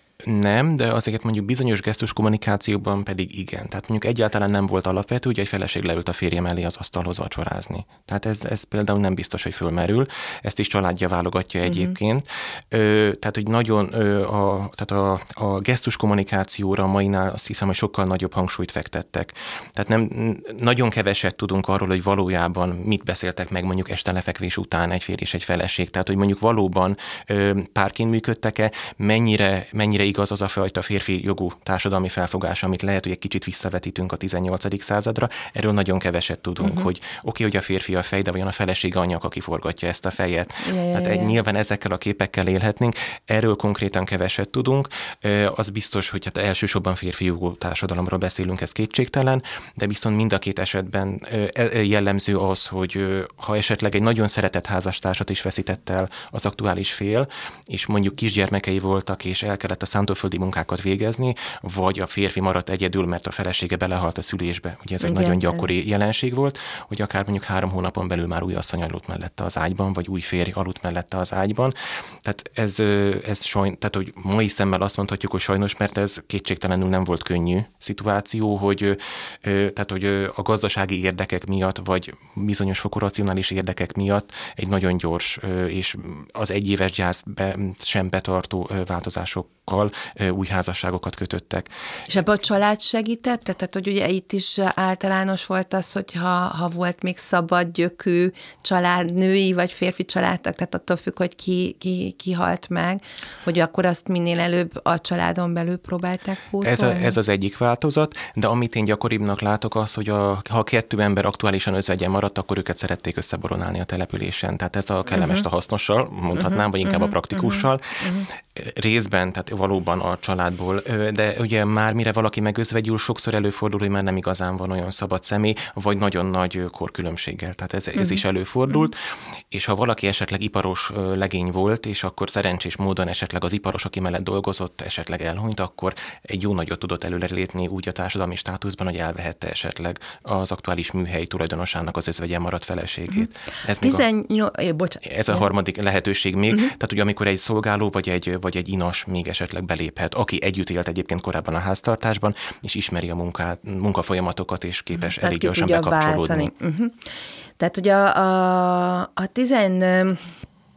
Nem, de azért mondjuk bizonyos gesztus kommunikációban pedig igen. Tehát mondjuk egyáltalán nem volt alapvető, hogy egy feleség leült a férje mellé az asztalhoz vacsorázni. Tehát ez, ez például nem biztos, hogy fölmerül. Ezt is családja válogatja egyébként. Uh-huh. Ö, tehát, hogy nagyon ö, a, tehát a, a gesztus kommunikációra mainál azt hiszem, hogy sokkal nagyobb hangsúlyt fektettek. Tehát nem, nagyon keveset tudunk arról, hogy valójában mit beszéltek meg mondjuk este lefekvés után egy férj és egy feleség. Tehát, hogy mondjuk valóban ö, párként működtek-e, mennyire, mennyire igaz az a fajta férfi jogú társadalmi felfogás, amit lehet, hogy egy kicsit visszavetítünk a tizennyolcadik századra. Erről nagyon keveset tudunk, uh-huh. hogy oké, okay, hogy a férfi a fej, de vajon a felesége anyag, aki forgatja ezt a fejet. Ja, ja, hát egy, ja. Nyilván ezekkel a képekkel élhetnénk. Erről konkrétan keveset tudunk. Az biztos, hogy hát elsősorban férfi jogú társadalomról beszélünk, ez kétségtelen, de viszont mind a két esetben jellemző az, hogy ha esetleg egy nagyon szeretett házastársat is veszített el az aktuális fél, és mondjuk kisgyermekei voltak, és el kellett a szántóföldi munkákat végezni, vagy a férfi maradt egyedül, mert a felesége belehalt a szülésbe. Ugye ez egy igen, nagyon gyakori jelenség volt, hogy akár mondjuk három hónapon belül már új asszony aludt mellette az ágyban, vagy új férj aludt mellette az ágyban. Tehát ez, ez sajn, tehát hogy mai szemmel azt mondhatjuk, hogy sajnos, mert ez kétségtelenül nem volt könnyű szituáció, hogy, tehát, hogy a gazdasági érdekek miatt, vagy bizonyos fokú racionális érdekek miatt egy nagyon gyors és az egyéves gyászbe sem betartó változásokkal új házasságokat kötöttek. És ebben a család segített? Tehát, hogy ugye itt is általános volt az, hogy ha, ha volt még szabad gyökű család, női vagy férfi családtag, tehát attól függ, hogy ki, ki, ki halt meg, hogy akkor azt minél előbb a családon belül próbálták pótolni? Ez, a, ez az egyik változat, de amit én gyakoribbnak látok az, hogy a, ha a kettő ember aktuálisan özvegyen maradt, akkor őket szerették összeboronálni a településen. Tehát ez a kellemest uh-huh. a hasznossal, mondhatnám, uh-huh. vagy inkább uh-huh. a praktikussal. Uh-huh. Részben, tehát valóban a családból, de ugye már mire valaki megözvegyül, sokszor előfordul, hogy már nem igazán van olyan szabad személy, vagy nagyon nagy korkülönbséggel. Tehát ez, ez uh-huh. is előfordult, uh-huh. és ha valaki esetleg iparos legény volt, és akkor szerencsés módon esetleg az iparos, aki mellett dolgozott, esetleg elhunyt, akkor egy jó nagyot tudott előre lépni úgy a társadalmi státuszban, hogy elvehette esetleg az aktuális műhely tulajdonosának az özvegyen maradt feleségét. Uh-huh. Ez, tizennyolc... a... Bocsánat. ez a harmadik lehetőség még, uh-huh. tehát ugye amikor egy szolgáló, vagy egy, vagy egy inas még esetleg beléphet, aki együtt élt egyébként korábban a háztartásban, és ismeri a munkát, munkafolyamatokat, és képes uh-huh. elég gyorsan bekapcsolódni. Uh-huh. Tehát ugye a, a, a tizen...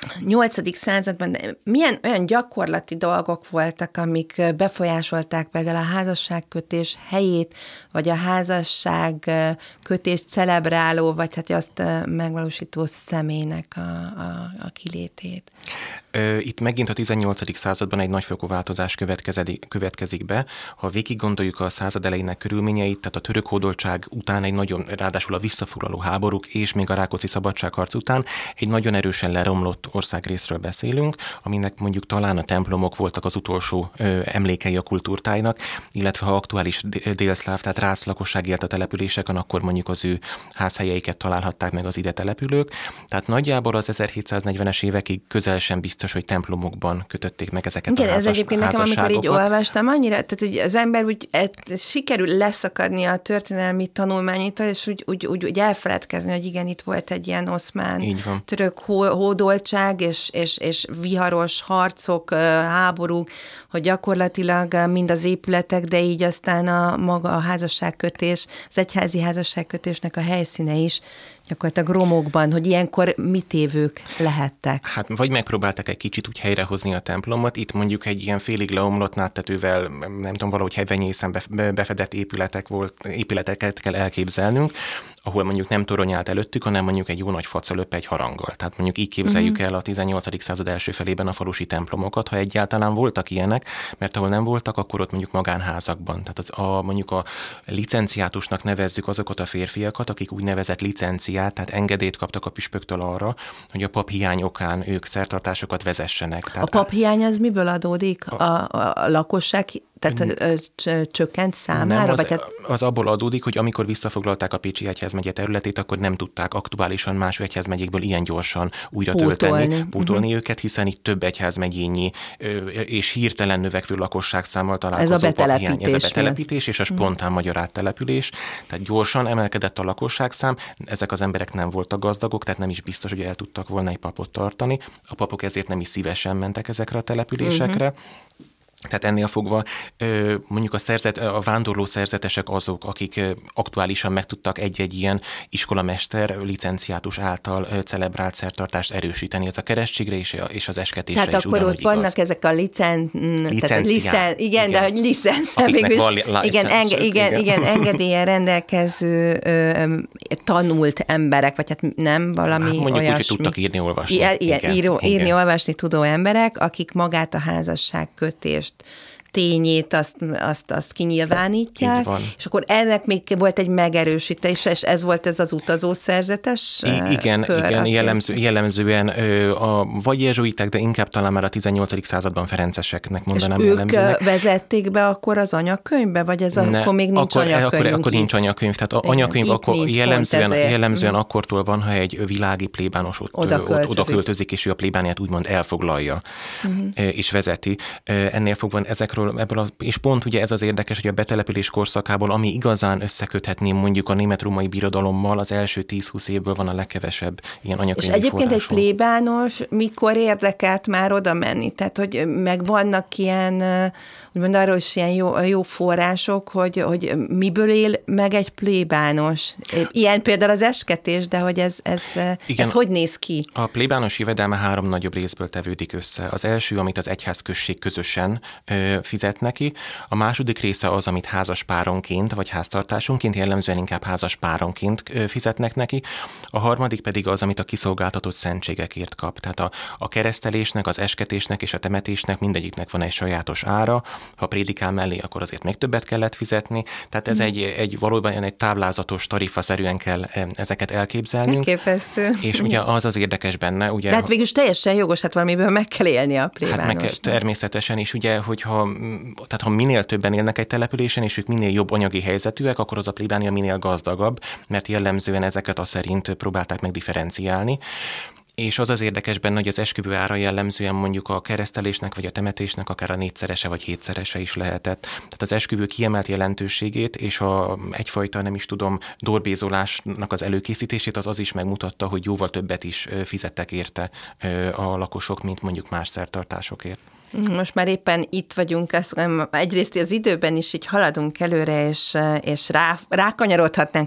nyolcadik században milyen olyan gyakorlati dolgok voltak, amik befolyásolták például a házasságkötés helyét, vagy a házasságkötést celebráló, vagy hát azt megvalósító személynek a, a, a kilétét? Itt megint a tizennyolcadik században egy nagyfokú változás következik be. Ha végig gondoljuk a század elejének körülményeit, tehát a török hódoltság után egy nagyon, ráadásul a visszafoglaló háborúk és még a Rákóczi szabadságharc után egy nagyon erősen leromlott országrészről beszélünk, aminek mondjuk talán a templomok voltak az utolsó ö, emlékei a kultúrtájnak, illetve ha aktuális délszláv, tehát rász lakosság élt a településeken, akkor mondjuk az ő házhelyeiket találhatták meg az ide települők. Tehát nagyjából az ezerhétszáznegyvenes évekig közel sem biztos, hogy templomokban kötötték meg ezeket igen, a házas, ez egyébként nekem, amikor így olvastam, annyira, tehát hogy az ember úgy sikerül leszakadni a történelmi tanulmányitól, és úgy, úgy, úgy, úgy elfeledkezni, hogy igen, itt volt egy ilyen oszmán török hódoltság, és, és, és viharos harcok, háborúk, hogy gyakorlatilag mind az épületek, de így aztán a maga a házasságkötés, az egyházi házasságkötésnek a helyszíne is gyakorlatilag romokban, hogy ilyenkor mit évők lehettek? Hát vagy megpróbáltak egy kicsit úgy helyrehozni a templomot, itt mondjuk egy ilyen félig leomlott náttetővel, nem tudom, valahogy hevenyészen befedett épületek volt, épületeket kell elképzelnünk, ahol mondjuk nem torony állt előttük, hanem mondjuk egy jó nagy facalöp egy haranggal. Tehát mondjuk így képzeljük uh-huh. el a tizennyolcadik század első felében a falusi templomokat, ha egyáltalán voltak ilyenek, mert ahol nem voltak, akkor ott mondjuk magánházakban. Tehát az a, mondjuk a licenciátusnak nevezzük azokat a férfiakat, akik úgynevezett licenciát, tehát engedélyt kaptak a püspöktől arra, hogy a paphiány okán ők szertartásokat vezessenek. Tehát a paphiány az miből adódik? A, a, a lakosság tehát csökkent számára? Nem, az, vagy hát... az abból adódik, hogy amikor visszafoglalták a Pécsi egyházmegye területét, akkor nem tudták aktuálisan más egyházmegyékből ilyen gyorsan újra pótolni. tölteni, pótolni uh-huh. őket, hiszen itt több egyházmegyényi és hirtelen növekvő lakosságszámmal találkozó ez a betelepítés. Paphiány, ez a betelepítés és a spontán magyar áttelepülés. Tehát gyorsan emelkedett a lakosságszám, ezek az emberek nem voltak gazdagok, tehát nem is biztos, hogy el tudtak volna egy papot tartani. A papok ezért nem is szívesen mentek ezekre a településekre. Uh-huh. Tehát ennél fogva mondjuk a, szerzet, a vándorló szerzetesek azok, akik aktuálisan meg tudtak egy-egy ilyen iskolamester licenciátus által celebrált szertartást erősíteni. Ez a keresztségre és az esketésre tehát is akkor ugyanúgy ott igaz. vannak ezek a licen... licenciák. Licen... Igen, igen, de hogy licensz, végül igen, enge, igen, igen, igen, engedélyen rendelkező ö, tanult emberek, vagy hát nem valami hát mondjuk olyasmi. úgy, hogy tudtak írni, olvasni. I, igen, igen, író, igen. írni, olvasni tudó emberek, akik magát a házasságkötést tényét, azt, azt, azt kinyilvánítják, és akkor ennek még volt egy megerősítés, és ez volt ez az utazószerzetes I- Igen, kör, igen jellemző, jellemzően a, vagy jezsuiták, de inkább talán már a tizennyolcadik században ferenceseknek mondanám és jellemzőnek. ők vezették be akkor az anyakönyvbe, vagy ez ne, akkor még nincs akkor, anyakönyvünk? Akkor, akkor nincs anyakönyv, tehát a anyakönyv akkor jellemzően, jellemzően mm. akkortól van, ha egy világi plébános ott oda költözik, oda költözik és ő a plébániát úgymond elfoglalja, mm. és vezeti. Ennél fogva ezekről ebből a, és pont ugye ez az érdekes, hogy a betelepülés korszakából, ami igazán összeköthetné mondjuk a német-római birodalommal, az első tíz-húsz évből van a legkevesebb ilyen anyakönyvi És egyébként forrásunk. Egy plébános mikor érdekelt már oda menni? Tehát, hogy meg vannak ilyen, úgymond arról is ilyen jó, jó források, hogy, hogy miből él meg egy plébános? Ilyen például az esketés, de hogy ez, ez, igen, ez hogy néz ki? A plébános jövedelme három nagyobb részből tevődik össze. Az első, amit az egyházközség közösen ö, fizet neki, a második része az, amit házaspáronként vagy háztartásonként, jellemzően inkább házaspáronként ö, fizetnek neki, a harmadik pedig az, amit a kiszolgáltatott szentségekért kap. Tehát a, a keresztelésnek, az esketésnek és a temetésnek mindegyiknek van egy sajátos ára, ha prédikál mellé, akkor azért még többet kellett fizetni, tehát ez mm. egy, egy valóban egy táblázatos tarifaszerűen kell ezeket elképzelnünk. Elképesztő. És ugye az az érdekes benne, ugye... De hát végülis teljesen jogos, hát valamiből meg kell élni a plébánosnak. Hát meg természetesen, és ugye, hogyha tehát ha minél többen élnek egy településen, és ők minél jobb anyagi helyzetűek, akkor az a plébánia minél gazdagabb, mert jellemzően ezeket a szerint próbálták meg differenciálni. És az az érdekes benne, hogy az esküvő ára jellemzően mondjuk a keresztelésnek vagy a temetésnek akár a négyszerese vagy hétszerese is lehetett. Tehát az esküvő kiemelt jelentőségét és a egyfajta, nem is tudom, dorbézolásnak az előkészítését az az is megmutatta, hogy jóval többet is fizettek érte a lakosok, mint mondjuk más szertartásokért. Most már éppen itt vagyunk, egyrészt az időben is így haladunk előre, és, és rá, rákanyarodhatnánk, hogy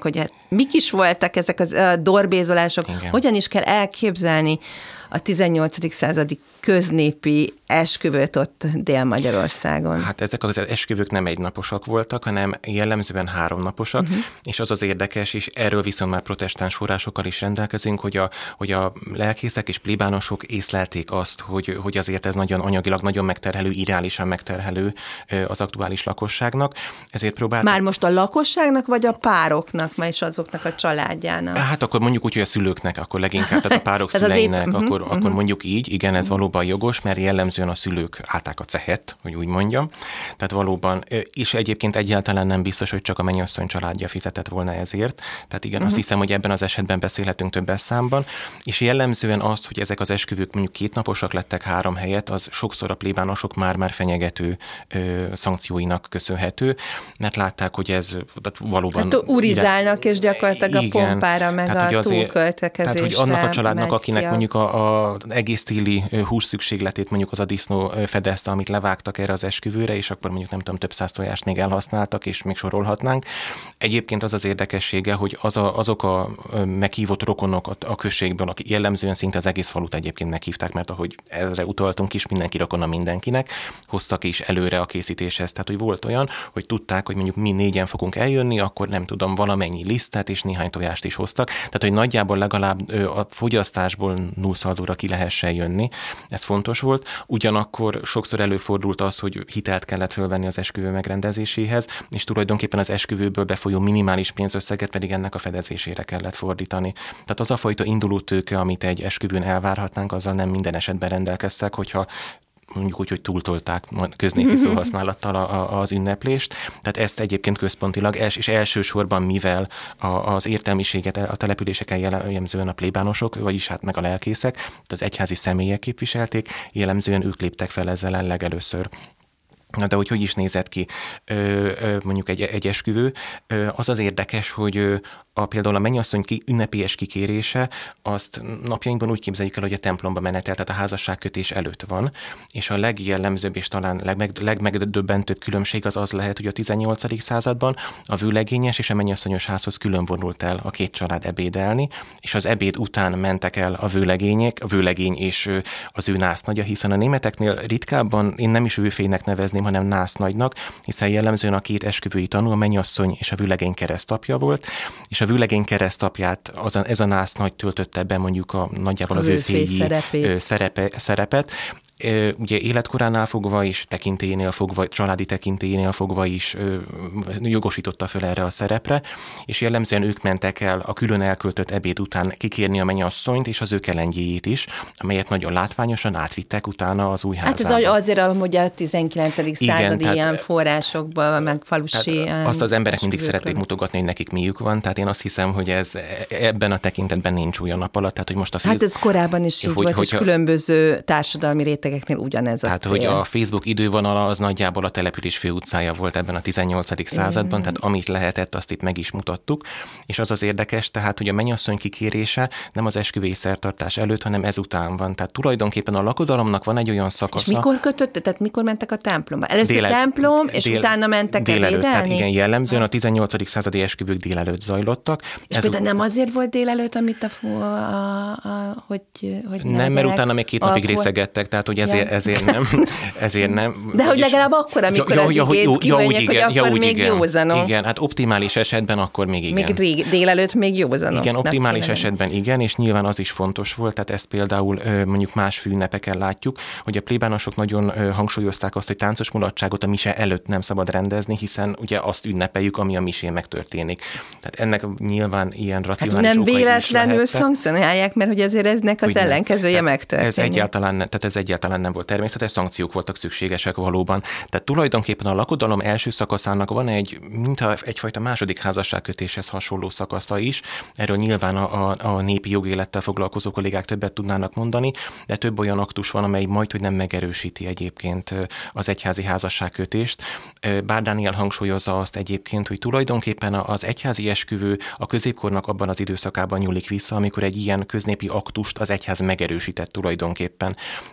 mik is voltak ezek az uh, dorbézolások, Igen. hogyan is kell elképzelni a tizennyolcadik századi köznépi esküvőt ott Dél-Magyarországon? Hát ezek az esküvők nem egynaposak voltak, hanem jellemzően háromnaposak, uh-huh. és az az érdekes, és erről viszont már protestáns forrásokkal is rendelkezünk, hogy a, hogy a lelkészek és plébánosok észlelték azt, hogy, hogy azért ez nagyon anyagilag, nagyon megterhelő, irreálisan megterhelő az aktuális lakosságnak. Ezért próbáltak... Már most a lakosságnak, vagy a pároknak, és azoknak a családjának? Hát akkor mondjuk úgy, hogy a szülőknek, akkor leginkább, tehát a párok szüleinek, épp... akkor, uh-huh. akkor mondjuk így, igen, ez uh-huh. valóban jogos, mert jellemzően a szülők állták a cehet, hogy úgy mondjam. Tehát valóban, és egyébként egyáltalán nem biztos, hogy csak a mennyasszony családja fizetett volna ezért. Tehát igen, uh-huh. azt hiszem, hogy ebben az esetben beszélhetünk többes számban, és jellemzően azt, hogy ezek az esküvők mondjuk kétnaposak lettek három helyet, az sokszor a plébánosok már-már fenyegető ö, szankcióinak köszönhető, mert látták, hogy ez valóban... Hát urizálnak, ide... és gyakorlatilag a igen, pompára, meg tehát, a azért, túlköltekezésre. Tehát, hogy annak a családnak, akinek a... mondjuk a, a egész téli hús szükségletét mondjuk az a disznó fedezte, amit levágtak erre az esküvőre, és akkor mondjuk nem tudom, több száz tojást még elhasználtak, és még sorolhatnánk. Egyébként az az érdekessége, hogy az a, azok a meghívott rokonok a, a községből, akik jellemzően szinte az egész falut egyébként meghívták, mert ahogy erre utaltunk is, mindenki rokona mindenkinek, hoztak is előre a készítéshez. Tehát, hogy volt olyan, hogy tudták, hogy mondjuk mi négyen fogunk eljönni, akkor nem tudom, valamennyi lisztet és néhány tojást is hoztak. Tehát, hogy nagyjából legalább a fogyasztásból nullszaldóra ki lehessen jönni. Ez fontos volt. Ugyanakkor sokszor előfordult az, hogy hitelt kellett fölvenni az esküvő megrendezéséhez, és tulajdonképpen az esküvőből befolyó minimális pénzösszeget pedig ennek a fedezésére kellett fordítani. Tehát az a fajta induló tőke, amit egy esküvőn elvárhatnánk, azzal nem minden esetben rendelkeztek, hogyha mondjuk úgy, hogy túltolták köznépi szóhasználattal a, a, az ünneplést. Tehát ezt egyébként központilag, els, és elsősorban mivel a, az értelmiséget a településeken jellemzően a plébánosok, vagyis hát meg a lelkészek, az egyházi személyek képviselték, jellemzően ők léptek fel ezzel ellen legelőször. Na de hogy hogy is nézett ki ö, ö, mondjuk egy, egy esküvő, ö, az az érdekes, hogy a, például a mennyasszony ki, ünnepélyes kikérése, azt napjainkban úgy képzeljük el, hogy a templomba menetel, tehát a házasságkötés előtt van, és a legjellemzőbb és talán legmeg, legmegdöbbentőbb különbség az az lehet, hogy a tizennyolcadik században a vőlegényes és a mennyasszonyos házhoz külön vonult el a két család ebédelni, és az ebéd után mentek el a vőlegények, a vőlegény és az ő násznagya, hiszen a németeknél ritkábban én nem is vőfének nevezném, hanem násznagynak, hiszen jellemzően a két esküvői tanú, a mennyasszony és a vőlegény keresztapja volt, és a vőlegény keresztapját az a, ez a násznagy töltötte be mondjuk a nagyjából a, a vőféi szerepe, szerepet. Ugye életkoránál fogva is, tekintélyénél fogva, családi tekintélyénél fogva is jogosította fel erre a szerepre, és jellemzően ők mentek el a külön elköltött ebéd után kikérni a mennyasszonyt és az ő kelendjéjét is, amelyet nagyon látványosan átvittek utána az új házába. Hát ez azért, hogy a tizenkilencedik századi igen, ilyen forrásokban, meg falusi... Azt az emberek mindig szerették mutogatni, hogy nekik miük van, tehát én azt hiszem, hogy ez ebben a tekintetben nincs olyan nap alatt. Tehát, hogy most a hát ez korábban is így hogy, volt, hogy különböző társadalmi rétegeknél ugyanez a tehát, cél. hogy a Facebook idővonala az nagyjából a település főutcája volt ebben a tizennyolcadik században, tehát amit lehetett, azt itt meg is mutattuk. És az az érdekes, tehát, hogy a mennyasszony kikérése nem az esküvői szertartás előtt, hanem ezután van. Tehát tulajdonképpen a lakodalomnak van egy olyan szakasza. És mikor kötött, tehát mikor mentek a templomba? Először déle, templom, és dél, utána mentek délelőtt, ebédelni? Tehát igen, jellemzően a tizennyolcadik századi esküvők délelőtt zajlottak. És Ez például nem azért volt délelőtt, amit a, a, a hogy, hogy nem, mert utána még két napig alkohol... részegettek, tehát hogy ezért, ezért nem. Ezért nem. De hogy legalább akkor, amikor ja, az ja, igét ja, kivegyek, hogy akkor ja, még igen, józanok. Igen, hát optimális esetben akkor még igen. Még rég, délelőtt még józanok. Igen, optimális nem esetben igen, és nyilván az is fontos volt, tehát ezt például mondjuk más főünnepeken látjuk, hogy a plébánosok nagyon hangsúlyozták azt, hogy táncos mulatságot a mise előtt nem szabad rendezni, hiszen ugye azt ünnepeljük, ami a misén megtörténik. Tehát ennek nyilván ilyen racionális hát okai nem véletlenül szankcionálják, mert hogy azért eznek az ellenkezője megtörténik. Ez egyáltalán, tehát ez egyáltalán nem volt természetes, szankciók voltak szükségesek valóban. Tehát tulajdonképpen a lakodalom első szakaszának van egy, mint egyfajta második házasságkötéshez hasonló szakasza is. Erről nyilván a, a, a népi jogélettel foglalkozó kollégák többet tudnának mondani, de több olyan aktus van, amely majd, hogy nem megerősíti egyébként az egyházi házasságkötést. Bár Dániel hangsúlyozza azt egyébként, hogy tulajdonképpen az egyházi esküvő a középkornak abban az időszakában nyúlik vissza, amikor egy ilyen köznépi aktust az egyház megerősített tulajdonképpen. És szépen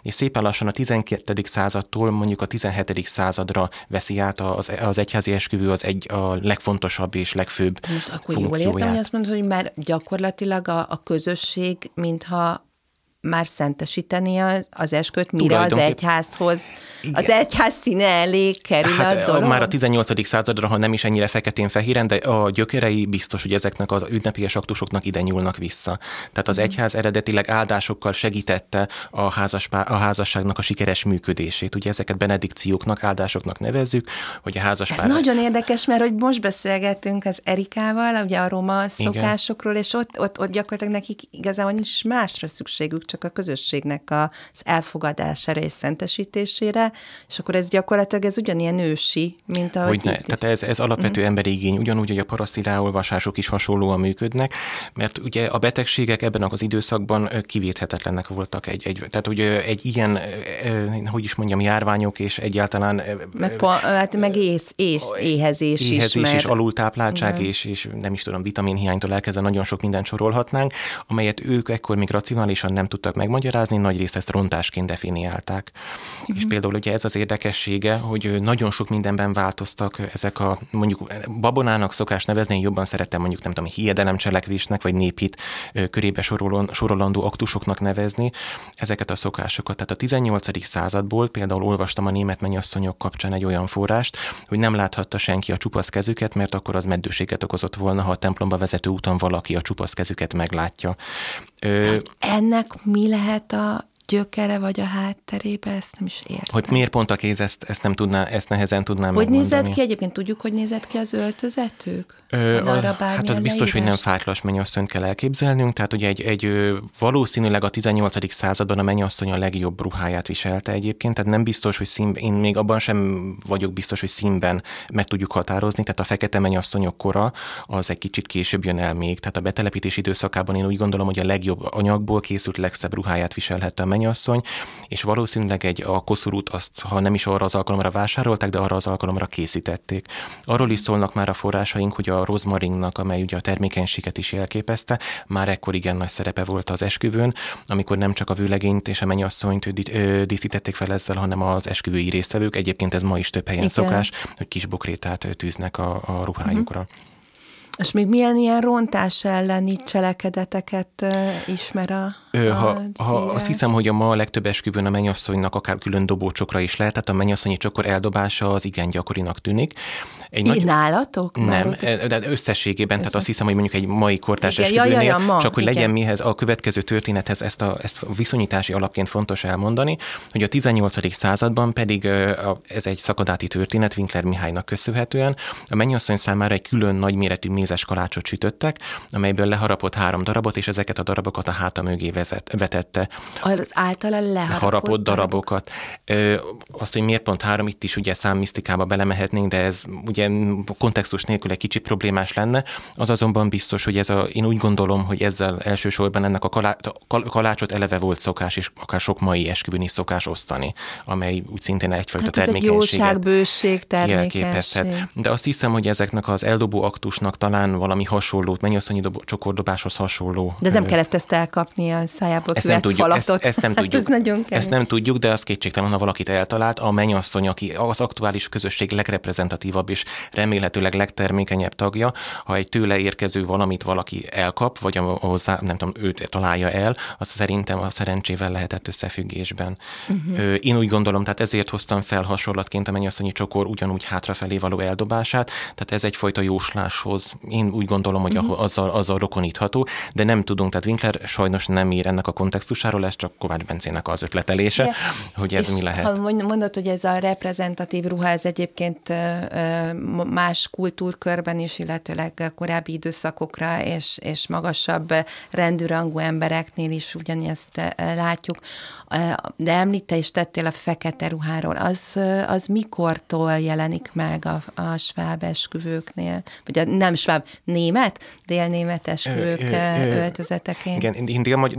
lassan a tizenkettedik századtól mondjuk a tizenhetedik századra veszi át az, az egyházi esküvő az egy a legfontosabb és legfőbb Most akkor funkcióját. jól értem, hogy azt mondod, hogy már gyakorlatilag a, a közösség, mintha már szentesíteni az, az esküvőt, mire az egyházhoz, igen. Az egyház színe elé kerül hát, a dolog? Már a tizennyolcadik századra, ha nem is ennyire feketén-fehéren, de a gyökerei biztos, hogy ezeknek az ünnepélyes aktusoknak ide nyúlnak vissza. Tehát az mm. egyház eredetileg áldásokkal segítette a, házas, a házasságnak a sikeres működését. Ugye ezeket benedikcióknak, áldásoknak nevezzük, hogy a házaspár... Ez nagyon érdekes, mert hogy most beszélgettünk az Erikával, ugye a roma szokásokról, igen. És ott, ott, ott gyakorlatilag nekik igazából nincs másra szükségük, csak a közösségnek az elfogadására és szentesítésére, és akkor ez gyakorlatilag ez ugyanilyen ősi, mint ahogy Hogyne. Tehát ez, ez alapvető mm. emberi igény, ugyanúgy, hogy a paraszti ráolvasások is hasonlóan működnek, mert ugye a betegségek ebben az időszakban kivéthetetlenek voltak. Egy, egy, tehát ugye egy ilyen, hogy is mondjam, járványok és egyáltalán... Meg, hát meg ész, ész, éhezés, éhezés is, mert... és alultápláltság, és, és nem is tudom, vitaminhiánytól elkezdve nagyon sok mindent sorolhatnánk, amelyet ők ekkor még racionálisan nem tudtak megmagyarázni, nagy részt ezt rontásként definiálták. Mm-hmm. És például ugye ez az érdekessége, hogy nagyon sok mindenben változtak ezek a, mondjuk babonának szokás nevezni, én jobban szeretem mondjuk nem tudom, hiedelemcselekvésnek, vagy néphit körébe sorolon, sorolandó aktusoknak nevezni ezeket a szokásokat. Tehát a tizennyolcadik századból például olvastam a német mennyasszonyok kapcsán egy olyan forrást, hogy nem láthatta senki a csupasz kezüket, mert akkor az meddőséget okozott volna, ha a templomba vezető úton valaki a csupasz kezüket meglátja. Ö, ennek mi lehet a gyökere vagy a hátterébe, ezt nem is értem. Hogy miért pont a kéz, ezt, ezt nem tudná, ezt nehezen tudnám Hogy megmondani. nézett ki? Egyébként tudjuk, hogy nézett ki az öltözetük? Ö, a, hát az biztos, hogy nem fáklas mennyasszonyt kell elképzelnünk, tehát ugye egy, egy valószínűleg a tizennyolcadik században a mennyasszony a legjobb ruháját viselte egyébként, tehát nem biztos, hogy színben, én még abban sem vagyok biztos, hogy színben meg tudjuk határozni, tehát a fekete mennyasszonyok kora az egy kicsit később jön el még, tehát a betelepítés időszakában én úgy gondolom, hogy a legjobb anyagból készült legszebb ruháját viselhette a mennyasszony, és valószínűleg egy a koszorút azt, ha nem is arra az alkalomra vásárolták, de arra az alkalomra készítették. Arról is szólnak már a forrásaink, hogy a rozmaringnak, amely ugye a termékenységet is jelképezte, már ekkor igen nagy szerepe volt az esküvőn, amikor nem csak a vőlegényt és a mennyasszonyt díszítették fel ezzel, hanem az esküvői résztvevők. Egyébként ez ma is több helyen igen. szokás, hogy kis bokrétát tűznek a, a ruhájukra. Uh-huh. És még milyen ilyen rontás elleni cselekedeteket uh, ismer a, Ö, a ha, ha azt hiszem, hogy a ma a legtöbb esküvőn a mennyasszonynak akár külön dobócsokra is lehet, tehát a mennyasszonyi csokor eldobása az igen gyakorinak tűnik. Egy nagy... nálatok? Nem, de összességében, tehát azt hiszem, hogy mondjuk egy mai kortárs igen, esküvőnél, ja, ja, ja, ma, csak hogy igen. legyen mihez a következő történethez ezt a, ezt a viszonyítási alapként fontos elmondani, hogy a tizennyolcadik században pedig ez egy szakadáti történet Winkler Mihálynak köszönhetően, a mennyasszony számára egy külön nagyméretű mézes kalácsot sütöttek, amelyből leharapott három darabot, és ezeket a darabokat a háta mögé vezet, vetette. Az általa leharapott harapott darabokat. Ö, azt, hogy miért pont három, itt is ugye számmisztikába belemehetnénk, de ez ugye kontextus nélkül egy kicsit problémás lenne. Az azonban biztos, hogy ez a, én úgy gondolom, hogy ezzel elsősorban ennek a kalá, kalácsot eleve volt szokás, és akár sok mai esküvőn is szokás osztani, amely úgy szintén egyfajta hát termékenységet jóságbőség, termékenység. De azt hiszem, hogy ezeknek az eldobó aktusnak talán valami hasonlót, mennyasszonyi csokordobáshoz hasonló. De nem kellett ezt elkapni a szájából ezt nem tudjuk, falatot. Ezt, ezt nem tudjuk. Hát ez ezt nem tudjuk, de az kétségtelen, ha valakit eltalált, a mennyasszony, aki az aktuális közösség legreprezentatívabb és remélhetőleg legtermékenyebb tagja, ha egy tőle érkező valamit valaki elkap, vagy hozzá, nem tudom, őt találja el, az szerintem a szerencsével lehetett összefüggésben. Uh-huh. Én úgy gondolom, tehát ezért hoztam fel hasonlatként a mennyasszonyi csokor ugyanúgy hátrafelé való eldobását, tehát ez egyfajta jósláshoz. Én úgy gondolom, hogy uh-huh. azzal, azzal rokonítható, de nem tudunk, tehát Winkler sajnos nem ír ennek a kontextusáról, ez csak Kovács Bencének az ötletelése, yeah. hogy ez és mi lehet. Ha mondod, hogy ez a reprezentatív ruha, ez egyébként más kultúrkörben is, illetőleg korábbi időszakokra és, és magasabb rendű rangú embereknél is ugyanezt látjuk. De említe is tettél a fekete ruháról. Az, az mikortól jelenik meg a, a sváb esküvőknél? Vagy a nem sváb, német? Délnémet esküvők öltözeteként? Igen, én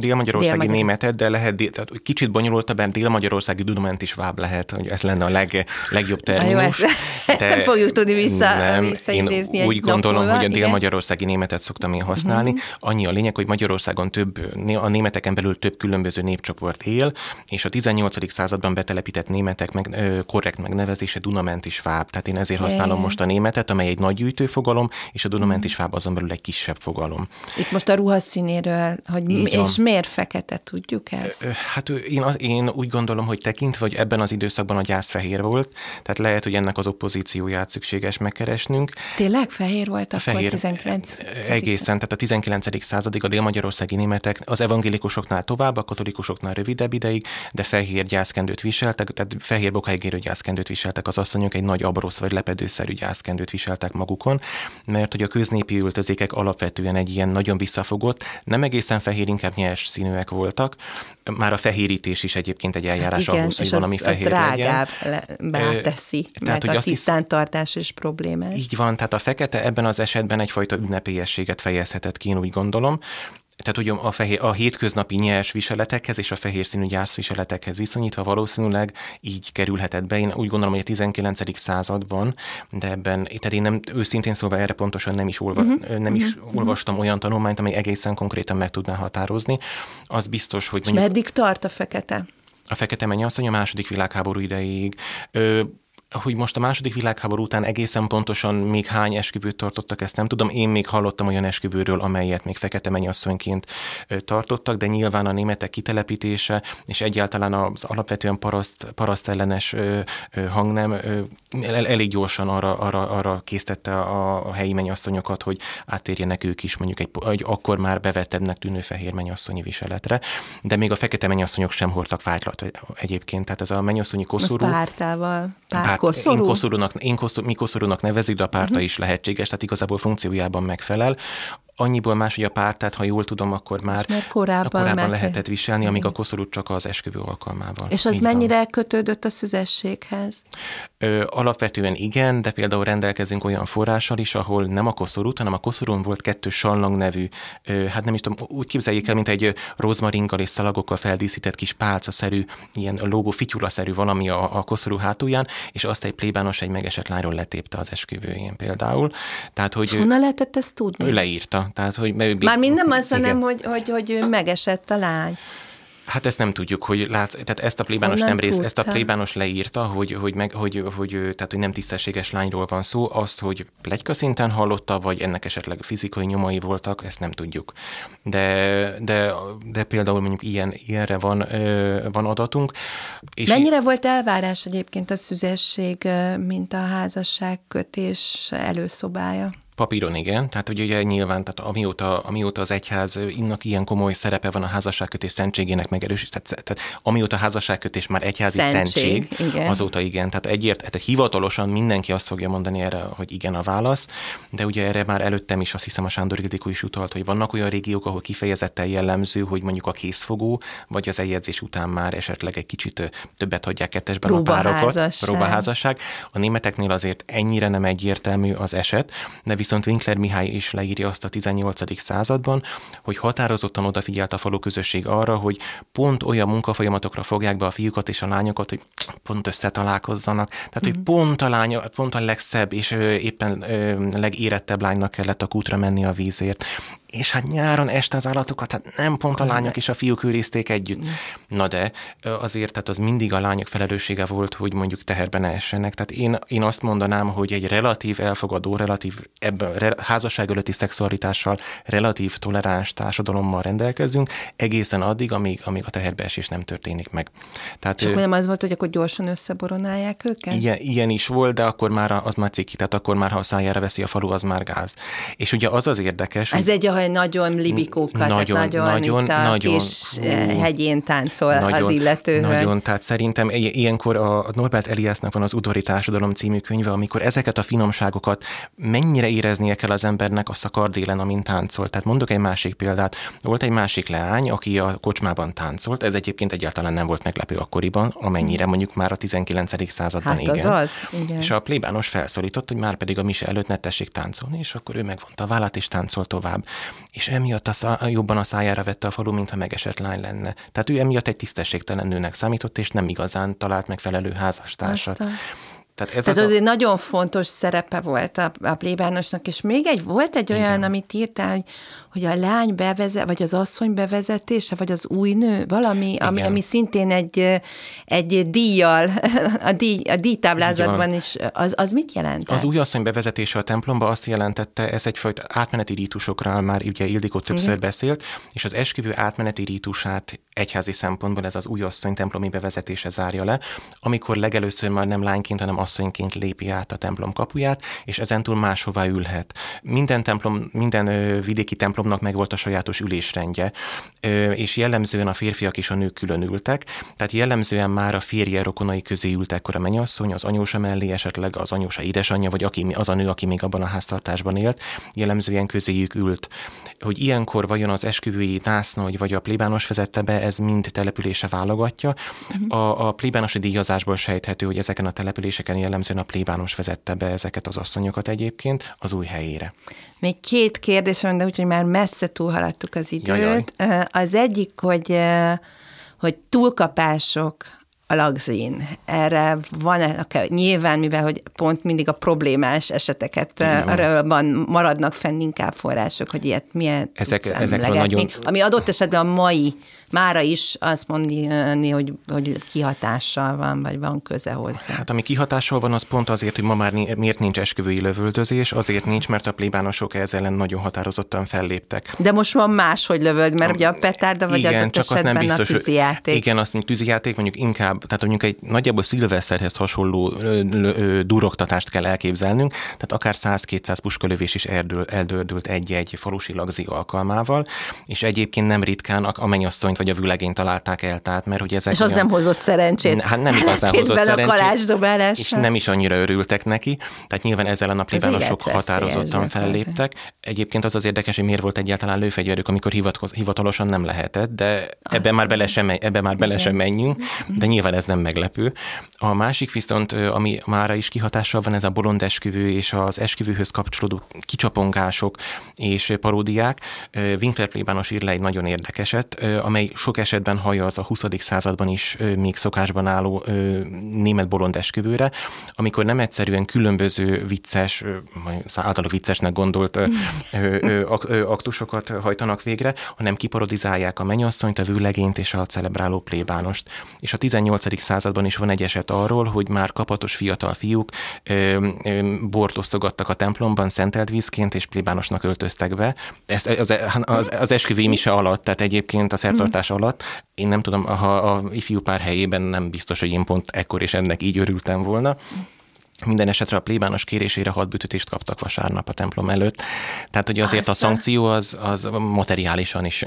dél-magyarországi Dél-magyar. németet, de lehet, tehát kicsit bonyolultabb, mert dél-magyarországi dudament is váb lehet, hogy ez lenne a leg, legjobb terminus. Jó, ezt, ezt nem fogjuk tudni vissza, nem, visszaidézni én úgy gondolom, múlva, hogy a igen. dél-magyarországi németet szoktam én használni. Uh-huh. Annyi a lényeg, hogy Magyarországon több, a németeken belül több különböző népcsoport él, és a tizennyolcadik században betelepített németek meg, korrekt megnevezése Dunamenti sváb. Tehát én ezért használom most a németet, amely egy nagy gyűjtőfogalom, és a Dunamenti sváb azon belül egy kisebb fogalom. Itt most a ruhaszínéről, hogy mi, és miért fekete, tudjuk ezt? Hát én, én úgy gondolom, hogy tekintve, hogy ebben az időszakban a gyász fehér volt, tehát lehet, hogy ennek az oppozícióját szükséges megkeresnünk. Tényleg fehér volt akkor fehér, tizenkilencedik egészen, tehát a tizenkilencedik századig a dél-magyarországi németek az evangélikusoknál tovább, a katolikusoknál rövidebb ideig, de fehér gyászkendőt viseltek, tehát fehér bokáigérő gyászkendőt viseltek az asszonyok, egy nagy abrosz vagy lepedőszerű gyászkendőt viseltek magukon, mert hogy a köznépi öltözékek alapvetően egy ilyen nagyon visszafogott, nem egészen fehér, inkább nyers színűek voltak. Már a fehérítés is egyébként egy eljárás igen, ahhoz, hogy valami az, fehér az legyen. drágább teszi, tehát, meg a tisztántartás is problémás. Így van, tehát a fekete ebben az esetben egyfajta ünnepélyességet fejezhetett ki, én úgy gondolom. Tehát ugye a, fehér, a hétköznapi nyers viseletekhez és a fehér színű gyászviseletekhez viszonyítva valószínűleg így kerülhetett be. Én úgy gondolom, hogy a tizenkilencedik században, de ebben, tehát én nem, őszintén szólva erre pontosan nem is, olva, uh-huh. nem is uh-huh. olvastam olyan tanulmányt, amely egészen konkrétan meg tudná határozni. Az biztos, hogy... És mondjuk, meddig tart a fekete? A fekete mennyasszony a második világháború ideig. Ö, hogy most a második világháború után egészen pontosan még hány esküvőt tartottak, ezt nem tudom. Én még hallottam olyan esküvőről, amelyet még fekete mennyasszonyként tartottak, de nyilván a németek kitelepítése, és egyáltalán az alapvetően paraszt, paraszt ellenes hangnem elég gyorsan arra, arra, arra késztette a, a helyi mennyasszonyokat, hogy áttérjenek ők is mondjuk egy, egy akkor már bevettebbnek tűnő fehér mennyasszonyi viseletre, de még a fekete mennyasszonyok sem hordtak fájtlat egyébként, tehát ez a mennyasszonyi koszorú. Az pártával, pár Koszorú? Én koszorúnak, én koszorú, mi koszorúnak nevezzük, de a párta uh-huh. is lehetséges, tehát igazából funkciójában megfelel. Annyiból más, hogy a pártát, ha jól tudom, akkor már korábban, korábban lehetett viselni, amíg a koszorút csak az esküvő alkalmával. És az így mennyire van. Kötődött a szüzességhez? Ö, alapvetően igen, de például rendelkezünk olyan forrással is, ahol nem a koszorút, hanem a koszorún volt kettő sallang nevű, ö, hát nem is tudom, úgy képzeljék el, mint egy rozmaringgal és szalagokkal feldíszített kis pálcaszerű, ilyen lógó fityulaszerű valami a, a koszorú hátulján, és azt egy plébános egy megesett lányról letépte az esküvőjén például. Tehát, hogy és honnan lehetett ezt tudni? Ő leírta. Tehát, hogy már minden az, hanem, hogy, hogy, hogy megesett a lány. Hát ezt nem tudjuk, hogy lát, tehát ezt a plébános nem rész, ezt a plébános leírta, hogy, hogy, meg, hogy, hogy, tehát, hogy nem tisztességes lányról van szó, azt, hogy pletyka szinten hallotta, vagy ennek esetleg fizikai nyomai voltak, ezt nem tudjuk. De, de, de például mondjuk ilyen, ilyenre van, van adatunk. És mennyire í- volt elvárás egyébként a szüzesség, mint a házasságkötés előszobája? Papíron igen, tehát hogy ugye nyilván, tehát amióta, amióta az egyháznak ilyen komoly szerepe van a házasságkötés szentségének megerősített, tehát amióta a házasságkötés már egyházi szentség, szentség igen. azóta igen, tehát egyért, tehát hivatalosan mindenki azt fogja mondani erre, hogy igen a válasz, de ugye erre már előttem is azt hiszem a Sándor Ildikó is utalt, hogy vannak olyan régiók, ahol kifejezetten jellemző, hogy mondjuk a készfogó, vagy az eljegyzés után már esetleg egy kicsit többet hagyják kettesben a párokat. Próbaházasság. A németeknél azért ennyire nem egyértelmű az eset, de viszont Winkler Mihály is leírja azt a tizennyolcadik században, hogy határozottan odafigyelt a faluközösség arra, hogy pont olyan munkafolyamatokra fogják be a fiúkat és a lányokat, hogy pont összetalálkozzanak. Tehát, mm-hmm. hogy pont a lány, pont a legszebb és éppen legérettebb lánynak kellett a kútra menni a vízért. És hát nyáron este az állatokat, hát nem pont a lányok és a fiúk őrizték együtt. Na de azért, tehát az mindig a lányok felelőssége volt, hogy mondjuk teherbe ne essenek. Tehát én, én azt mondanám, hogy egy relatív elfogadó, relatív ebben re, házasság előtti szexualitással relatív toleráns társadalommal rendelkezünk, egészen addig, amíg, amíg a teherbeesés nem történik meg. Tehát, és akkor nem az volt, hogy akkor gyorsan összeboronálják őket? Ilyen, ilyen is volt, de akkor már az már ciki, tehát akkor már, ha a szájára veszi a falu, az már gáz. És ugye az az érdekes, ez egy nagyon libikókat, nagyon, nagyon, nagyon, itt a nagyon kis hú, hegyén táncol nagyon, az illető. Nagyon, tehát szerintem ilyenkor a Norbert Eliasnak van az Udvari társadalom című könyve, amikor ezeket a finomságokat mennyire éreznie kell az embernek azt a kardélen, amin táncol. Tehát mondok egy másik példát. Volt egy másik leány, aki a kocsmában táncolt, ez egyébként egyáltalán nem volt meglepő akkoriban, amennyire mondjuk már a tizenkilencedik században hát igen. Az az, igen. És a plébános felszólított, hogy már pedig a mise előtt ne tessék táncolni, és akkor ő megvonta a vállát és táncol tovább. és emiatt a szá, jobban a szájára vette a falu, mintha megesett lány lenne. Tehát ő emiatt egy tisztességtelen nőnek számított, és nem igazán talált megfelelő házastársat. Aztán. Tehát ez Tehát az azért a... nagyon fontos szerepe volt a, a plébánosnak, és még egy volt egy olyan, igen. amit írtál, hogy, hogy a lány bevezet, vagy az asszony bevezetése, vagy az új nő, valami, ami, ami szintén egy, egy díjjal, a, díj, a díjtáblázatban is, az, az mit jelent? Az új asszony bevezetése a templomba azt jelentette, ez egyfajta átmeneti rítusokról már ugye Ildikó többször igen. beszélt, és az esküvő átmeneti rítusát egyházi szempontból ez az új asszony templomi bevezetése zárja le, amikor legelőször már nem lányként, hanem asszonyként lépi át a templom kapuját, és ezentúl máshová ülhet. Minden templom, minden ö, vidéki templomnak megvolt a sajátos ülésrendje, ö, és jellemzően a férfiak és a nők külön ültek, tehát jellemzően már a férje rokonai közé ült ekkor a mennyasszony, az anyósa mellé, esetleg az anyósa édesanyja, vagy aki, az a nő, aki még abban a háztartásban élt, jellemzően közéjük ült. Hogy ilyenkor vajon az esküvői násznagy, vagy a plébános vezette be, ez mind települése válogatja. A, a plébánosi díjazásból sejthető, hogy ezeken a településeken jellemzően a plébános vezette be ezeket az asszonyokat egyébként az új helyére. Még két kérdésem, de úgyhogy már messze túlhaladtuk az időt. Jajjaj. Az egyik, hogy, hogy túlkapások a lagzin. Erre van, nyilván, mivel hogy pont mindig a problémás eseteket, arra maradnak fenn inkább források, hogy ilyet milyen Ezek, ezekről nagyon... Ami adott esetben a mai, mára is azt mondani, hogy, hogy kihatással van, vagy van köze hozzá. Hát ami kihatással van, az pont azért, hogy ma már miért nincs esküvői lövöldözés, azért nincs, mert a plébánosok ezzel ellen nagyon határozottan felléptek. De most van máshogy lövöld, mert ugye a petárda, vagy igen, adott csak esetben az nem biztos, a tűzijáték. Igen, azt mondjuk tűzijáték, mondjuk inkább, tehát mondjuk egy nagyjából szilveszterhez hasonló durogtatást kell elképzelnünk, tehát akár száz-kétszáz puskalövés is eldől, eldördült egy-egy falusi lagzi alkalmával, és egyébként nem ritkán a mennyasszonyt vagy a vőlegényt találták el, tehát mert hogy ezek és az olyan, nem hozott szerencsét. Hát nem igazán hozott szerencsét, és sem. nem is annyira örültek neki, tehát nyilván ezzel a naplébánosok határozottan felléptek. Egyébként az az érdekes, hogy miért volt egyáltalán lőfegyverük, amikor hivatalosan nem lehetett, de ebben már bele sem, ebbe már bele sem menjünk, de nyilván ez nem meglepő. A másik viszont, ami mára is kihatással van, ez a bolond esküvő és az esküvőhöz kapcsolódó kicsapongások és paródiák. Winkler plébános ír le egy nagyon érdekeset, amely sok esetben hallja az a huszadik században is még szokásban álló német bolond esküvőre, amikor nem egyszerűen különböző vicces, általában viccesnek gondolt aktusokat hajtanak végre, hanem kiparodizálják a mennyasszonyt, a vőlegényt és a celebráló plébánost. És a tizennyolcadik században is van egy eset arról, hogy már kapatos fiatal fiúk ö, ö, bort osztogattak a templomban szentelt vízként, és plébánosnak öltöztek be. Ezt az, az, az esküvői mise alatt, tehát egyébként a szertartás alatt. Én nem tudom, ha a ifjú pár helyében nem biztos, hogy én pont ekkor és ennek így örültem volna. Minden esetre a plébános kérésére hat büntetést kaptak vasárnap a templom előtt. Tehát, hogy azért Aztán... a szankció az, az materiálisan is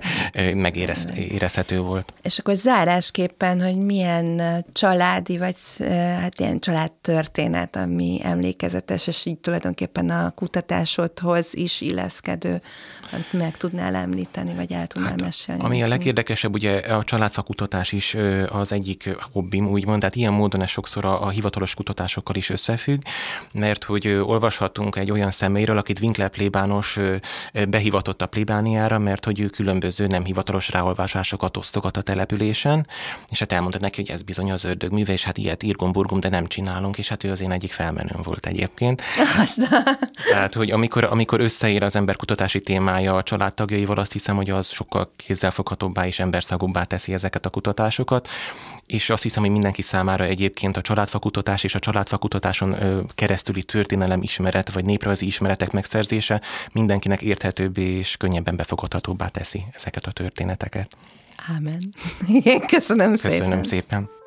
megérezhető volt. És akkor zárásképpen, hogy milyen családi, vagy hát ilyen családtörténet, ami emlékezetes, és így tulajdonképpen a kutatásodhoz is illeszkedő, amit meg tudnál említeni, vagy el tudnál hát, mesélni. Ami a legérdekesebb, ugye a családfakutatás is az egyik hobbim, úgymond, tehát ilyen módon ez sokszor a, a hivatalos kutatásokkal is összefügg, mert hogy olvashatunk egy olyan személyről, akit Winkler plébános behivatott a plébániára, mert hogy ő különböző nem hivatalos ráolvasásokat osztogat a településen, és hát elmondta neki, hogy ez bizony az ördög műve, és hát ilyet írgom-burgom, de nem csinálunk, és hát ő az én egyik felmenőm volt egyébként. Tehát, hogy amikor, amikor összeér az ember kutatási témája a családtagjaival, azt hiszem, hogy az sokkal kézzelfoghatóbbá és emberszagúbbá teszi ezeket a kutatásokat, és azt hiszem, hogy mindenki számára egyébként a családfakutatás és a családfakutatáson keresztüli történelem ismeret, vagy néprajzi ismeretek megszerzése mindenkinek érthetőbbé és könnyebben befogadhatóbbá teszi ezeket a történeteket. Ámen. Igen, köszönöm szépen. Köszönöm szépen.